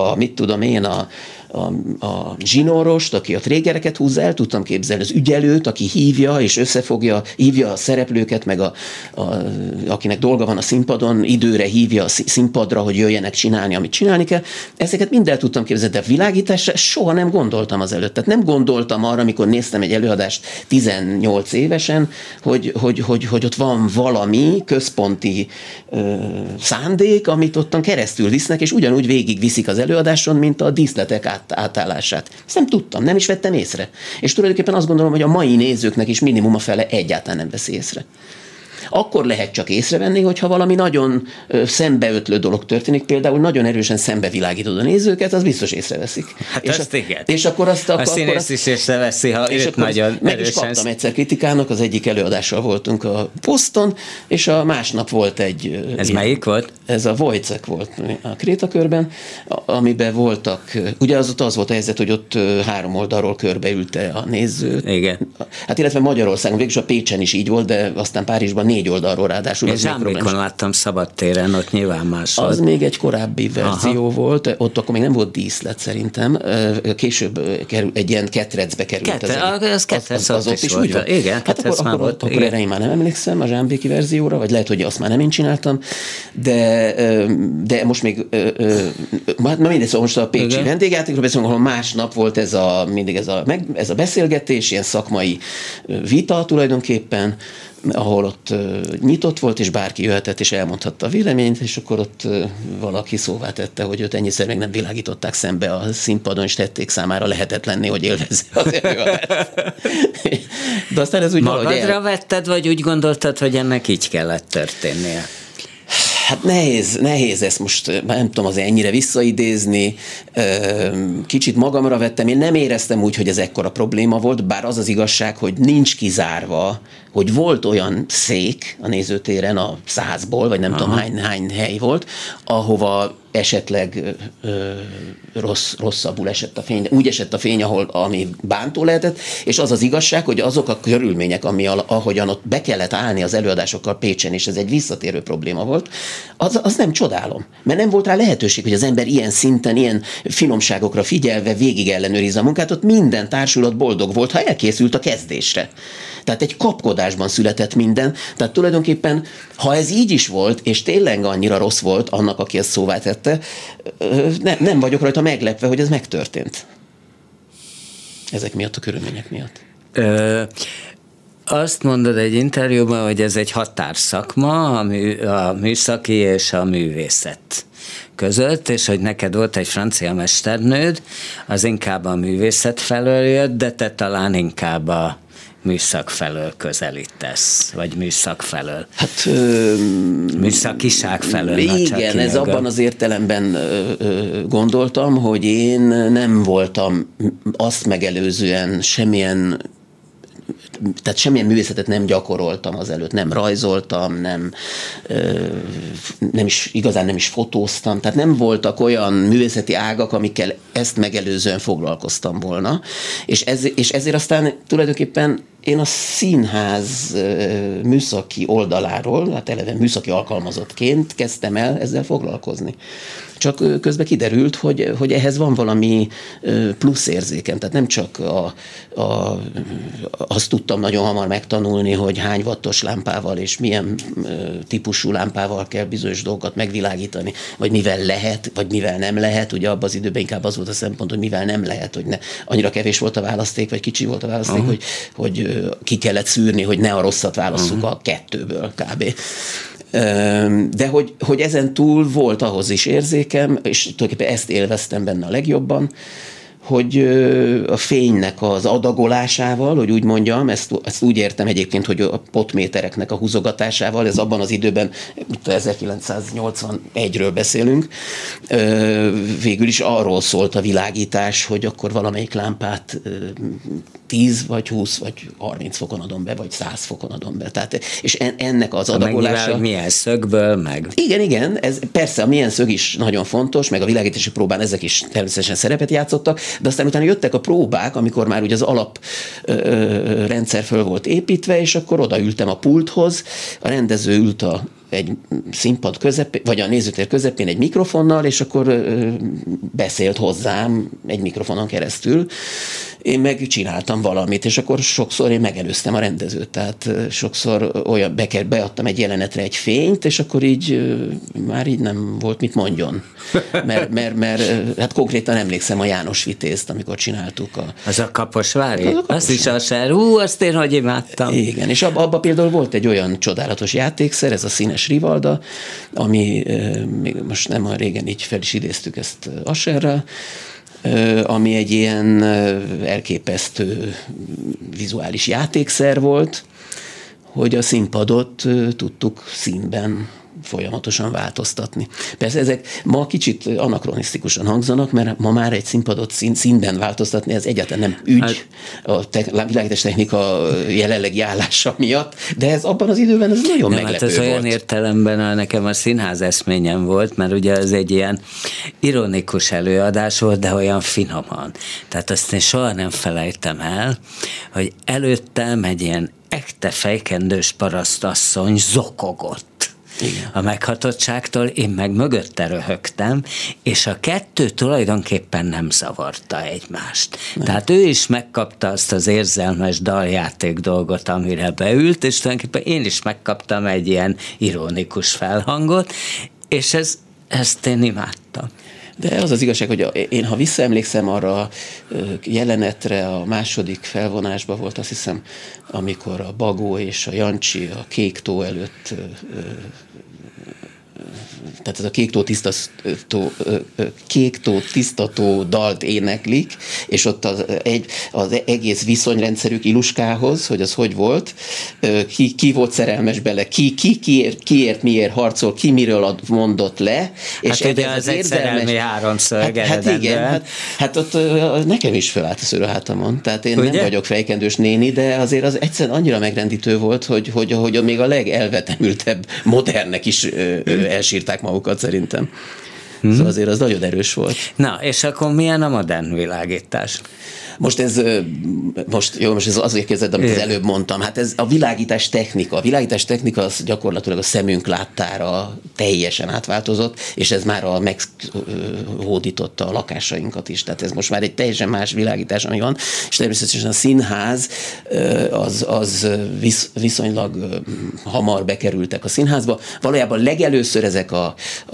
a zsinórost, aki a trégereket húzza, el tudtam képzelni, az ügyelőt, aki hívja és hívja a szereplőket, meg akinek dolga van a színpadon, időre hívja a színpadra, hogy jöjjenek csinálni, amit csinálni kell. Ezeket mind el tudtam képzelni, de a világításra soha nem gondoltam azelőtt. Tehát nem gondoltam arra, amikor néztem egy előadást 18 évesen, hogy ott van valami központi szándék, amit ottan keresztül visznek, és ugyanúgy végigviszik az előadáson, mint a díszletek átállását. Ezt nem tudtam, nem is vettem észre. És tulajdonképpen azt gondolom, hogy a mai nézőknek is minimum a fele egyáltalán nem veszi észre. Akkor lehet csak észrevenni, hogyha valami nagyon szembeötlő dolog történik, például nagyon erősen szembevilágítod a nézőket, az biztos észreveszik. Hát és azt igen. És akkor a színész is észreveszi, ha őt nagyon meg erősen... Meg is kaptam egyszer kritikának, az egyik előadással voltunk a Poszton, és a másnap volt egy... Ez melyik volt? Ez a Wojciech volt a Krétakörben, amiben voltak... Ugye az volt a helyzet, hogy ott 3 oldalról körbeülte a nézőt. Igen. Hát illetve Magyarországon, végülis a Pécsen is így volt, de aztán Párizsban 4 oldalról ráadásul. Én Zsámbékon láttam szabadtéren, ott nyilván más volt. Az még egy korábbi verzió volt, ott akkor még nem volt díszlet szerintem, később egy ilyen ketrecbe került. Az ketrec az ott is volt. Úgy igen, ketrec már volt. Akkor erre én már nem emlékszem a zsámbéki verzióra, vagy lehet, hogy azt már nem én csináltam, de most még, mindegy, szóval most a pécsi vendégjátékról beszélünk, ahol másnap volt mindig ez a beszélgetés, ilyen szakmai vita tulajdonképpen, ahol ott nyitott volt, és bárki jöhetett, és elmondhatta a véleményt, és akkor ott valaki szóvá tette, hogy őt ennyiszer még nem világították szembe a színpadon, és tették számára lehetetlenné, hogy élvezze az előadást. De aztán ez úgy magadra vetted, vagy úgy gondoltad, hogy ennek így kellett történnie? Hát nehéz ezt most, nem tudom azért ennyire visszaidézni, kicsit magamra vettem, én nem éreztem úgy, hogy ez ekkora probléma volt, bár az az igazság, hogy nincs kizárva, hogy volt olyan szék a nézőtéren a 100-ból, vagy nem tudom hány hely volt, ahova esetleg rosszabbul esett a fény, úgy esett a fény, ami bántó lehetett, és az az igazság, hogy azok a körülmények, ahogyan ott be kellett állni az előadásokkal Pécsen, és ez egy visszatérő probléma volt, az nem csodálom, mert nem volt rá lehetőség, hogy az ember ilyen szinten, ilyen finomságokra figyelve végig ellenőrizze a munkát, ott minden társulat boldog volt, ha elkészült a kezdésre. Tehát egy kapkodásban született minden. Tehát tulajdonképpen, ha ez így is volt, és tényleg annyira rossz volt annak, aki ezt szóvá tette, nem vagyok rajta meglepve, hogy ez megtörtént. Ezek miatt, a körülmények miatt. Azt mondod egy interjúban, hogy ez egy határszakma, a műszaki és a művészet között, és hogy neked volt egy francia mesternőd, az inkább a művészet felől jött, de te talán inkább a műszak felől közelítesz, vagy műszak felől. Hát műszakiság felől. Igen, ez abban az értelemben gondoltam, hogy én nem voltam azt megelőzően semmilyen művészetet nem gyakoroltam azelőtt, nem rajzoltam, nem is fotóztam, tehát nem voltak olyan művészeti ágak, amikkel ezt megelőzően foglalkoztam volna, és ezért aztán tulajdonképpen én a színház műszaki oldaláról, hát eleve műszaki alkalmazottként kezdtem el ezzel foglalkozni. Csak közben kiderült, hogy ehhez van valami plusz érzékem. Tehát nem csak azt tudtam nagyon hamar megtanulni, hogy hány wattos lámpával és milyen típusú lámpával kell bizonyos dolgokat megvilágítani, vagy mivel lehet, vagy mivel nem lehet. Ugye abban az időben inkább az volt a szempont, hogy mivel nem lehet, hogy annyira kevés volt a választék, vagy kicsi volt a választék, hogy ki kellett szűrni, hogy ne a rosszat válasszuk a kettőből kb. De hogy ezen túl volt ahhoz is érzékem, és tulajdonképpen ezt élveztem benne a legjobban, hogy a fénynek az adagolásával, hogy úgy mondjam, ezt úgy értem egyébként, hogy a potmétereknek a húzogatásával, ez abban az időben, 1981-ről beszélünk, végül is arról szólt a világítás, hogy akkor valamelyik lámpát 10 vagy 20 vagy 30 fokon adom be, vagy 100 fokon adom be. Tehát, és ennek az adagolása... Milyen szögből, meg... Igen, ez persze a milyen szög is nagyon fontos, meg a világítási próbán ezek is természetesen szerepet játszottak, de aztán utána jöttek a próbák, amikor már ugye az alaprendszer föl volt építve, és akkor odaültem a pulthoz, a rendező ült egy színpad közepén, vagy a nézőtér közepén egy mikrofonnal, és akkor beszélt hozzám egy mikrofonon keresztül. Én meg csináltam valamit, és akkor sokszor én megelőztem a rendezőt, tehát sokszor olyan beadtam egy jelenetre egy fényt, és akkor így már így nem volt mit mondjon. Mert hát konkrétan emlékszem a János Vitézt, amikor csináltuk Az a Kaposvári? Az is a ser. Azt én hogy imádtam. Igen, és abban például volt egy olyan csodálatos játékszer, ez a színes rivalda, ami még most nem olyan régen így fel is idéztük ezt Asherrel, ami egy ilyen elképesztő vizuális játékszer volt, hogy a színpadot tudtuk színben folyamatosan változtatni. Persze ezek ma kicsit anakronisztikusan hangzanak, mert ma már egy színpadot színben változtatni, ez egyáltalán nem ügy a világítás technika jelenlegi állása miatt, de ez abban az időben ez nagyon meglepő hát ez volt. olyan értelemben nekem a színház eszményem volt, mert ugye ez egy ilyen ironikus előadás volt, de olyan finoman. Tehát azt én soha nem felejtem el, hogy előttem egy ilyen ekte fejkendős parasztasszony zokogott. Igen. A meghatottságtól, én meg mögötte röhögtem, és a kettő tulajdonképpen nem zavarta egymást. Nem. Tehát ő is megkapta azt az érzelmes daljáték dolgot, amire beült, és tulajdonképpen én is megkaptam egy ilyen ironikus felhangot, és ezt én imádtam. De az az igazság, hogy én, ha visszaemlékszem arra a jelenetre, a második felvonásban volt, azt hiszem, amikor a Bagó és a Jancsi a Kék tó előtt, tehát ez a Kék tó tisztató dalt éneklik, és ott az egész viszonyrendszerük Iluskához, hogy az hogy volt, ki volt szerelmes bele, kiért miért harcol, ki miről mondott le. És hát ugye az egy szerelmi háromszög. Hát igen, hát ott nekem is felállt a szőr a hátamon, tehát én ugye? Nem vagyok fejkendős néni, de azért az egyszerűen annyira megrendítő volt, hogy még a legelvetemültebb modernek is elsírták magukat szerintem. Szóval azért az nagyon erős volt. Na, és akkor milyen a modern világítás? Most ez azért kezdett, amit az előbb mondtam. Hát ez a világítás technika. A világítás technika az gyakorlatilag a szemünk láttára teljesen átváltozott, és ez már meghódította a lakásainkat is. Tehát ez most már egy teljesen más világítás, ami van, és természetesen a színház az viszonylag hamar bekerültek a színházba. Valójában legelőször ezek a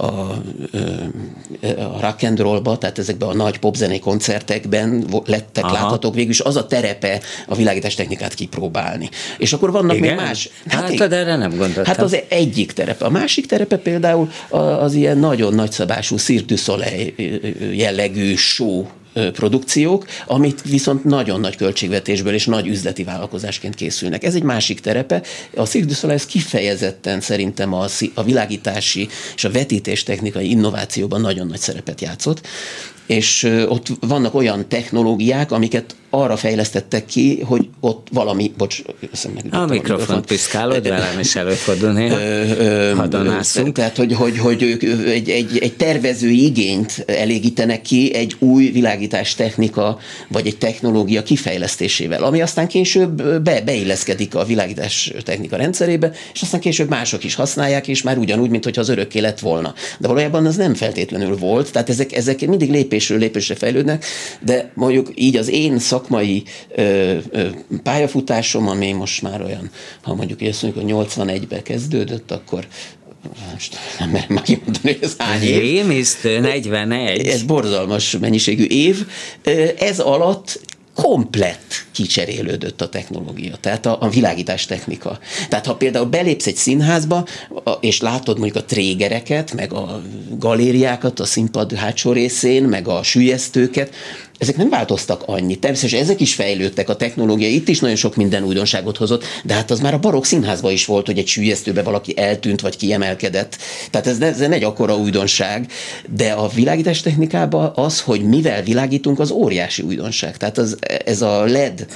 rock and rollba, tehát ezekben a nagy popzenei koncertekben lettek láthatók, végülis az a terepe a világítás technikát kipróbálni. És akkor vannak még más. Hát erre nem gondoltam. Hát az egyik terepe. A másik terepe például az ilyen nagyon nagyszabású Cirque du Soleil jellegű show produkciók, amit viszont nagyon nagy költségvetésből és nagy üzleti vállalkozásként készülnek. Ez egy másik terepe. A Cirque du Soleil kifejezetten szerintem a világítási és a vetítés technikai innovációban nagyon nagy szerepet játszott, és ott vannak olyan technológiák, amiket arra fejlesztettek ki, hogy ott valami, a mikrofont piszkálod, velem is előfordul néha, hadonászunk. Tehát, hogy ők egy tervezői igényt elégítenek ki egy új világítás technika, vagy egy technológia kifejlesztésével, ami aztán később beilleszkedik a világítás technika rendszerébe, és aztán később mások is használják, és már ugyanúgy, mint hogyha az örökké lett volna. De valójában az nem feltétlenül volt, tehát ezek mindig lépésről lépésre fejlődnek, de mondjuk így az én szakmai pályafutásom, ami most már olyan, ha mondjuk azt mondjuk, hogy 81-ben kezdődött, akkor nem merem már kimondani, hogy ez hány év. Rémisztő, 41. Ez borzalmas mennyiségű év. Ez alatt komplett kicserélődött a technológia, tehát a világítás technika. Tehát ha például belépsz egy színházba, és látod mondjuk a trégereket, meg a galériákat a színpad hátsó részén, meg a süllyesztőket, ezek nem változtak annyit. Természetesen ezek is fejlődtek, a technológia itt is nagyon sok minden újdonságot hozott, de hát az már a barokk színházban is volt, hogy egy süllyesztőbe valaki eltűnt, vagy kiemelkedett. Tehát ez nem egy akkora újdonság, de a világítás technikában az, hogy mivel világítunk, az óriási újdonság. Tehát ez a LED,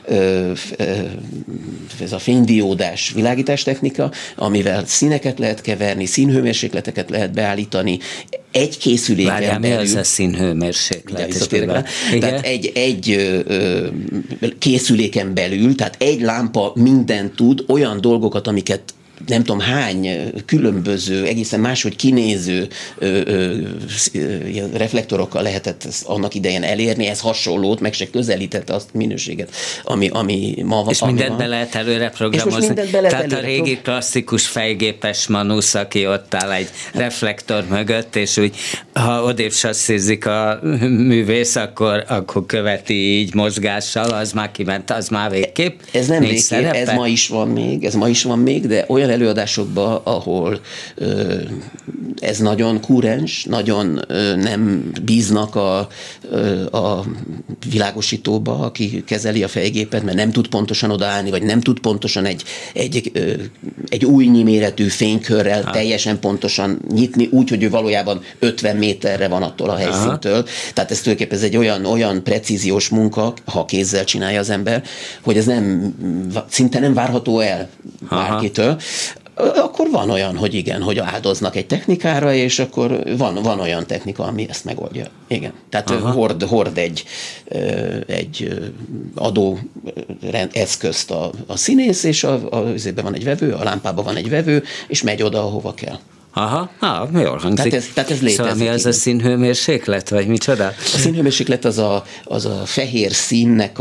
ez a fénydiódás világítás technika, amivel színeket lehet keverni, színhőmérsékleteket lehet beállítani, egy készüléken belül... mi az a színhőmérséklet? Tehát egy készüléken belül, tehát egy lámpa mindent tud, olyan dolgokat, amiket nem tudom hány különböző, egészen máshogy kinéző reflektorokkal lehetett annak idején elérni, ez hasonlót, meg se közelítette azt minőséget, ami ma van. És mindent be lehet előre programozni. Tehát a régi klasszikus fejgépes manusz, aki ott áll egy reflektor mögött, és úgy, ha odébb sasszízik a művész, akkor követi így mozgással, az már kiment, az már végképp. Ez nem végképp, ez ma is van még, de olyan előadásokban, ahol ez nagyon kúrens, nagyon nem bíznak a világosítóba, aki kezeli a fejgépet, mert nem tud pontosan odaállni, vagy nem tud pontosan egy újnyi méretű fénykörrel teljesen pontosan nyitni, úgy, hogy ő valójában 50 méterre van attól a helyszíntől. Tehát ez tulajdonképpen ez egy olyan precíziós munka, ha kézzel csinálja az ember, hogy ez szinte nem várható el bárkitől. Akkor van olyan, hogy igen, hogy áldoznak egy technikára, és akkor van olyan technika, ami ezt megoldja. Igen. Tehát hord egy adó eszközt a színész, és azért van egy vevő, a lámpában van egy vevő, és megy oda, ahova kell. Aha, jól hangzik. Tehát ez létezik. Szóval mi az a színhőmérséklet, vagy micsoda? A színhőmérséklet az a fehér színnek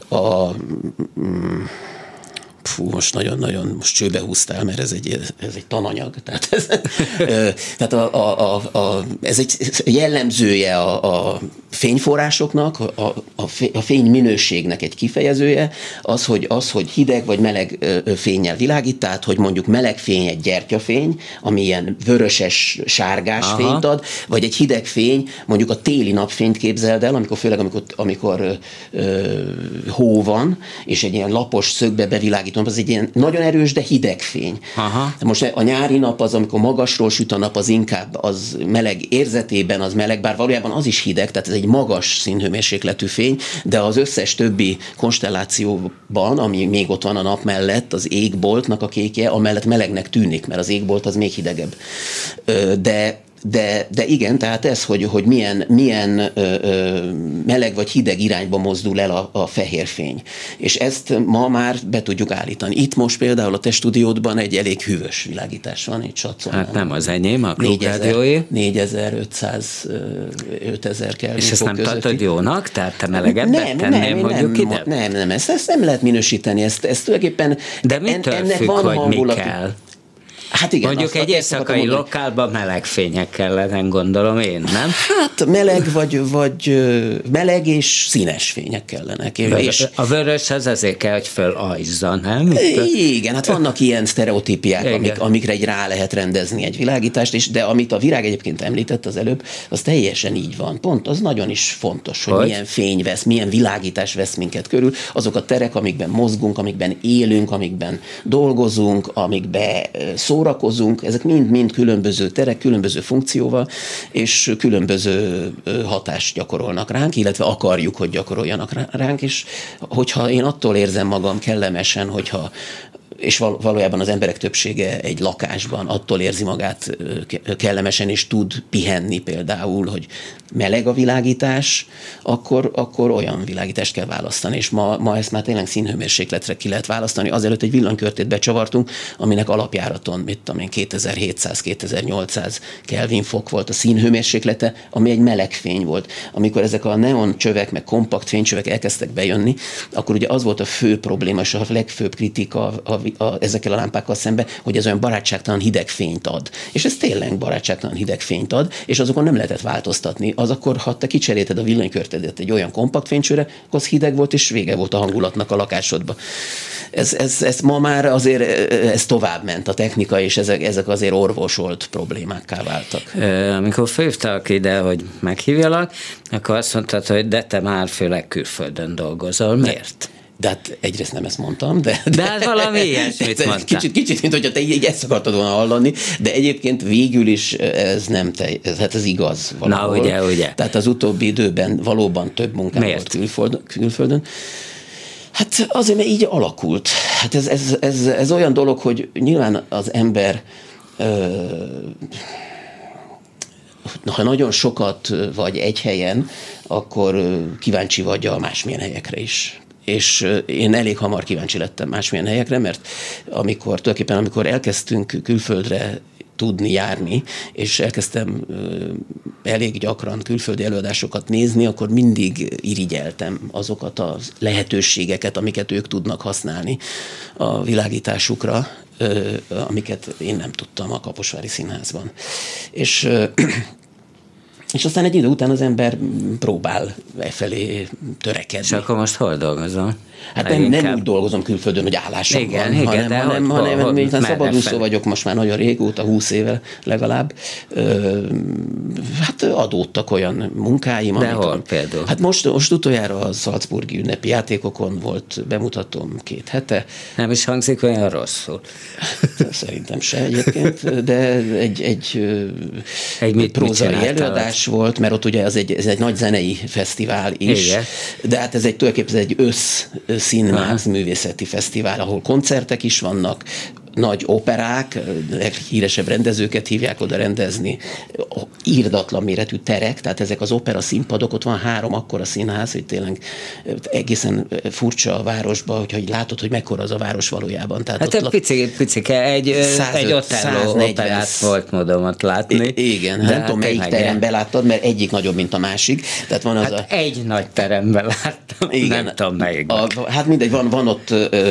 most nagyon-nagyon most csőbe húztál, mert ez egy tananyag. Tehát ez egy jellemzője a fényforrásoknak, a fény minőségnek egy kifejezője, az, hogy hideg vagy meleg fénnyel világít, tehát, hogy mondjuk meleg fény egy gyertyafény, ami ilyen vöröses, sárgás fényt ad, vagy egy hideg fény, mondjuk a téli napfényt képzeld el, főleg amikor hó van, és egy ilyen lapos szögbe bevilágítom, az egy ilyen nagyon erős, de hideg fény. Most a nyári nap az, amikor magasról süt a nap, az inkább az meleg érzetében, az meleg, bár valójában az is hideg, tehát ez egy magas színhőmérsékletű fény, de az összes többi konstellációban, ami még ott van a nap mellett, az égboltnak a kékje, amellett melegnek tűnik, mert az égbolt az még hidegebb. De igen, tehát ez, hogy milyen meleg vagy hideg irányba mozdul el a fehér fény. És ezt ma már be tudjuk állítani. Itt most például a te stúdiódban egy elég hűvös világítás van, itt satszolnám. Hát nem az enyém, a klubrádiói. 4500-5000 Kelvin. És ezt nem tartod jónak? Tehát te melegebbet tenném mondjuk ide? Nem, ezt nem lehet minősíteni. Ezt tulajdonképpen de mitől függ, hogy mi kell? Hát igen, mondjuk egy éjszakai lokálban meleg fények kellene, gondolom én, nem? Hát meleg vagy meleg és színes fények kellenek. A vörös az azért kell, hogy fölajzzon, nem? Igen, hát vannak ilyen sztereotípiák, amikre egy rá lehet rendezni egy világítást, de amit a Virág egyébként említett az előbb, az teljesen így van. Pont az nagyon is fontos, hogy milyen fény vesz, milyen világítás vesz minket körül. Azok a terek, amikben mozgunk, amikben élünk, amikben dolgozunk, amikben szórakozunk, ezek mind különböző terek, különböző funkcióval, és különböző hatást gyakorolnak ránk, illetve akarjuk, hogy gyakoroljanak ránk, és hogyha én attól érzem magam kellemesen, és valójában az emberek többsége egy lakásban attól érzi magát kellemesen, és tud pihenni például, hogy meleg a világítás, akkor olyan világítást kell választani, és ma ezt már tényleg színhőmérsékletre ki lehet választani. Azelőtt egy villanykörtét becsavartunk, aminek alapjáraton, 2700-2800 Kelvin fok volt a színhőmérséklete, ami egy meleg fény volt. Amikor ezek a neon csövek, meg kompakt fénycsövek elkezdtek bejönni, akkor ugye az volt a fő probléma, és a legfőbb kritika a ezekkel a lámpákkal szemben, hogy ez olyan barátságtalan hideg fényt ad. És ez tényleg barátságtalan hideg fényt ad, és azokon nem lehetett változtatni. Az akkor, ha te kicserélted a villanykörtedet egy olyan kompakt fénycsőre, akkor az hideg volt, és vége volt a hangulatnak a lakásodba. Ez ma már azért ez tovább ment a technika, és ezek azért orvosolt problémákká váltak. Amikor fölhívtak ide, hogy meghívjalak, akkor azt mondtad, hogy de te már főleg külföldön dolgozol. Miért? De hát egyrészt nem ezt mondtam, de hát valami ilyesmit mondtam. Kicsit, mint hogyha te így ezt akartad volna hallani, de egyébként végül is ez nem hát ez igaz valahol. Na, ugye. Tehát az utóbbi időben valóban több munkám volt külföldön. Hát azért, mert így alakult. Hát ez olyan dolog, hogy nyilván az ember ha nagyon sokat vagy egy helyen, akkor kíváncsi vagy a másmilyen helyekre is. És én elég hamar kíváncsi lettem másmilyen helyekre, mert amikor elkezdtünk külföldre tudni járni, és elkezdtem elég gyakran külföldi előadásokat nézni, akkor mindig irigyeltem azokat a lehetőségeket, amiket ők tudnak használni a világításukra, amiket én nem tudtam a Kaposvári Színházban. És aztán egy idő után az ember próbál felé törekedni. És akkor most hol dolgozom? Hát nem úgy dolgozom külföldön, hogy állásom van, hanem szabadúszó vagyok most már nagyon régóta, 20 éve legalább. Hát adódtak olyan munkáim. De hol például? Hát most utoljára a Salzburgi ünnepi játékokon volt bemutatom 2 hete. Nem is hangzik olyan rosszul. Hát, szerintem se egyébként, de egy prózai előadás volt, mert ott ugye ez egy nagy zenei fesztivál is. Igen. De hát ez tulajdonképpen egy összszínház művészeti fesztivál, ahol koncertek is vannak, nagy operák, leghíresebb rendezőket hívják oda rendezni, írdatlan méretű terek, tehát ezek az opera színpadok, ott van 3 akkora színház, hogy tényleg egészen furcsa a városban, hogyha látod, hogy mekkora az a város valójában. Tehát hát ott picike, egy Otello operát volt módom ott látni. Igen, nem tudom, melyik teremben láttad, mert egyik nagyobb, mint a másik. Tehát van az egy nagy teremben láttam, igen, nem tudom melyikben. Hát mindegy, van ott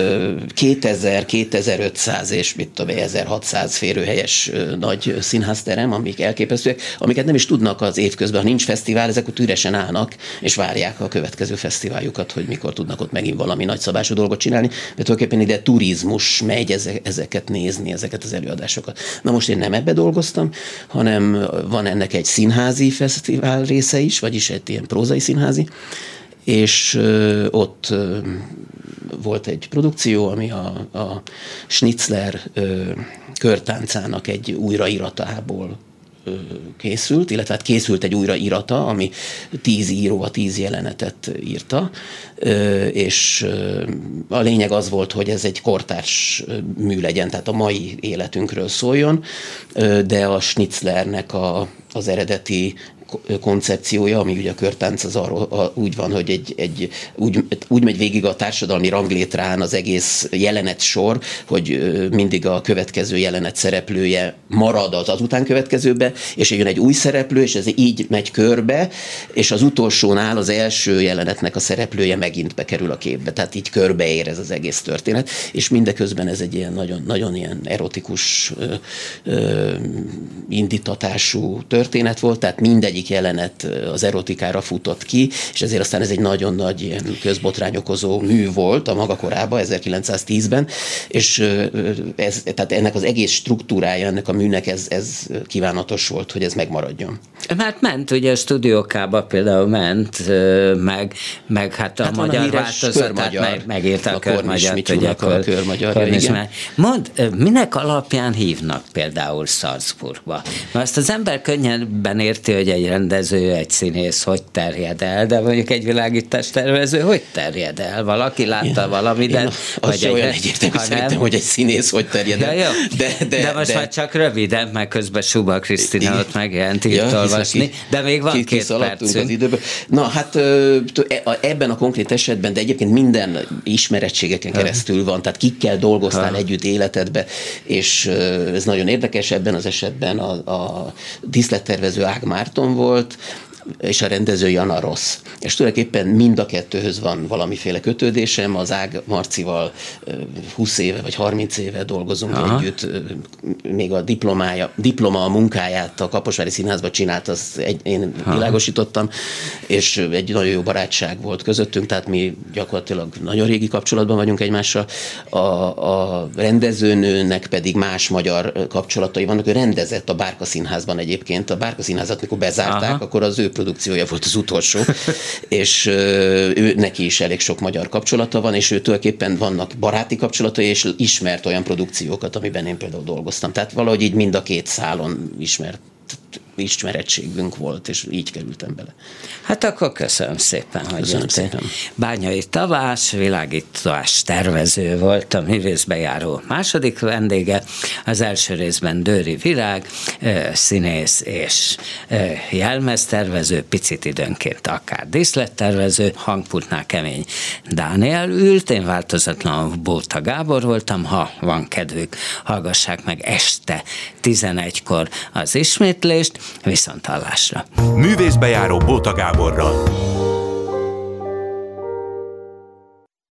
2500 és 1600 férőhelyes nagy színházterem, amik elképesztőek, amiket nem is tudnak az évközben, ha nincs fesztivál, ezek ott üresen állnak, és várják a következő fesztiváljukat, hogy mikor tudnak ott megint valami nagyszabású dolgot csinálni, mert tulajdonképpen ide turizmus megy ezeket nézni, ezeket az előadásokat. Na most én nem ebbe dolgoztam, hanem van ennek egy színházi fesztivál része is, vagyis egy ilyen prózai színházi, és ott volt egy produkció, ami a Schnitzler körtáncának egy újraíratából készült, illetve hát készült egy újraírata, ami 10 író a 10 jelenetet írta, és a lényeg az volt, hogy ez egy kortárs mű legyen, tehát a mai életünkről szóljon, de a Schnitzlernek az eredeti koncepciója, ami ugye a körtánc az arról úgy van, hogy úgy megy végig a társadalmi ranglétrán az egész jelenet sor, hogy mindig a következő jelenet szereplője marad az utánkövetkezőbe, és jön egy új szereplő, és ez így megy körbe, és az utolsónál az első jelenetnek a szereplője megint bekerül a képbe, tehát így körbeér ez az egész történet, és mindeközben ez egy ilyen nagyon, nagyon ilyen erotikus indítatású történet volt, tehát mindegyik jelenet az erotikára futott ki, és ezért aztán ez egy nagyon nagy ilyen közbotrány okozó mű volt a maga korában, 1910-ben, és tehát ennek az egész struktúrája, ennek a műnek ez kívánatos volt, hogy ez megmaradjon. Mert ment, ugye a stúdiókába például ment, meg hát a magyar változatát megírta a Körmagyart, ugye a Körmagyar. Mondd, minek alapján hívnak például Salzburgba? Mert azt az ember könnyebben érti, hogy egy rendező, egy színész hogy terjed el, de mondjuk egy világítás tervező hogy terjed el? Valaki látta valamit, de... Az se olyan egyértelmű szerintem, hogy egy színész hogy terjed el. Ja, de most már csak röviden, mert közben Suba Krisztina ott megjelent írt olvasni, de még van 2 percünk. Az időben. Na hát ebben a konkrét esetben, de egyébként minden ismerettségeken keresztül van, tehát kikkel dolgoztál együtt életedbe, és ez nagyon érdekes, ebben az esetben a díszlettervező Ág Márton volt, és a rendező Jana Rossz. És tulajdonképpen mind a kettőhöz van valamiféle kötődésem, az Ág Marcival 20 éve vagy 30 éve dolgozunk együtt, még a diploma munkáját a Kaposvári Színházban csinált, én világosítottam, és egy nagyon jó barátság volt közöttünk, tehát mi gyakorlatilag nagyon régi kapcsolatban vagyunk egymással. A rendezőnőnek pedig más magyar kapcsolatai vannak, ő rendezett a Bárka Színházban egyébként. A Bárka Színházat, mikor bezárták, akkor az ő produkciója volt az utolsó, és ő neki is elég sok magyar kapcsolata van, és ő tulajdonképpen vannak baráti kapcsolatai, és ismert olyan produkciókat, amiben én például dolgoztam. Tehát valahogy így mind a két szálon ismerettségünk volt, és így kerültem bele. Hát akkor köszönöm szépen, hogy köszönöm szépen. Bányai Tamás, világítás tervező volt, a művészbejáró második vendége, az első részben Dőri Virág, színész és jelmeztervező, picit időnként akár díszlettervező, hangpultnál Kemény Dániel ült, én változatlanul Bóta Gábor voltam, ha van kedvük, hallgassák meg este 11-kor az ismétlést, viszonthallásra. Művészbejáró Bóta Gáborral.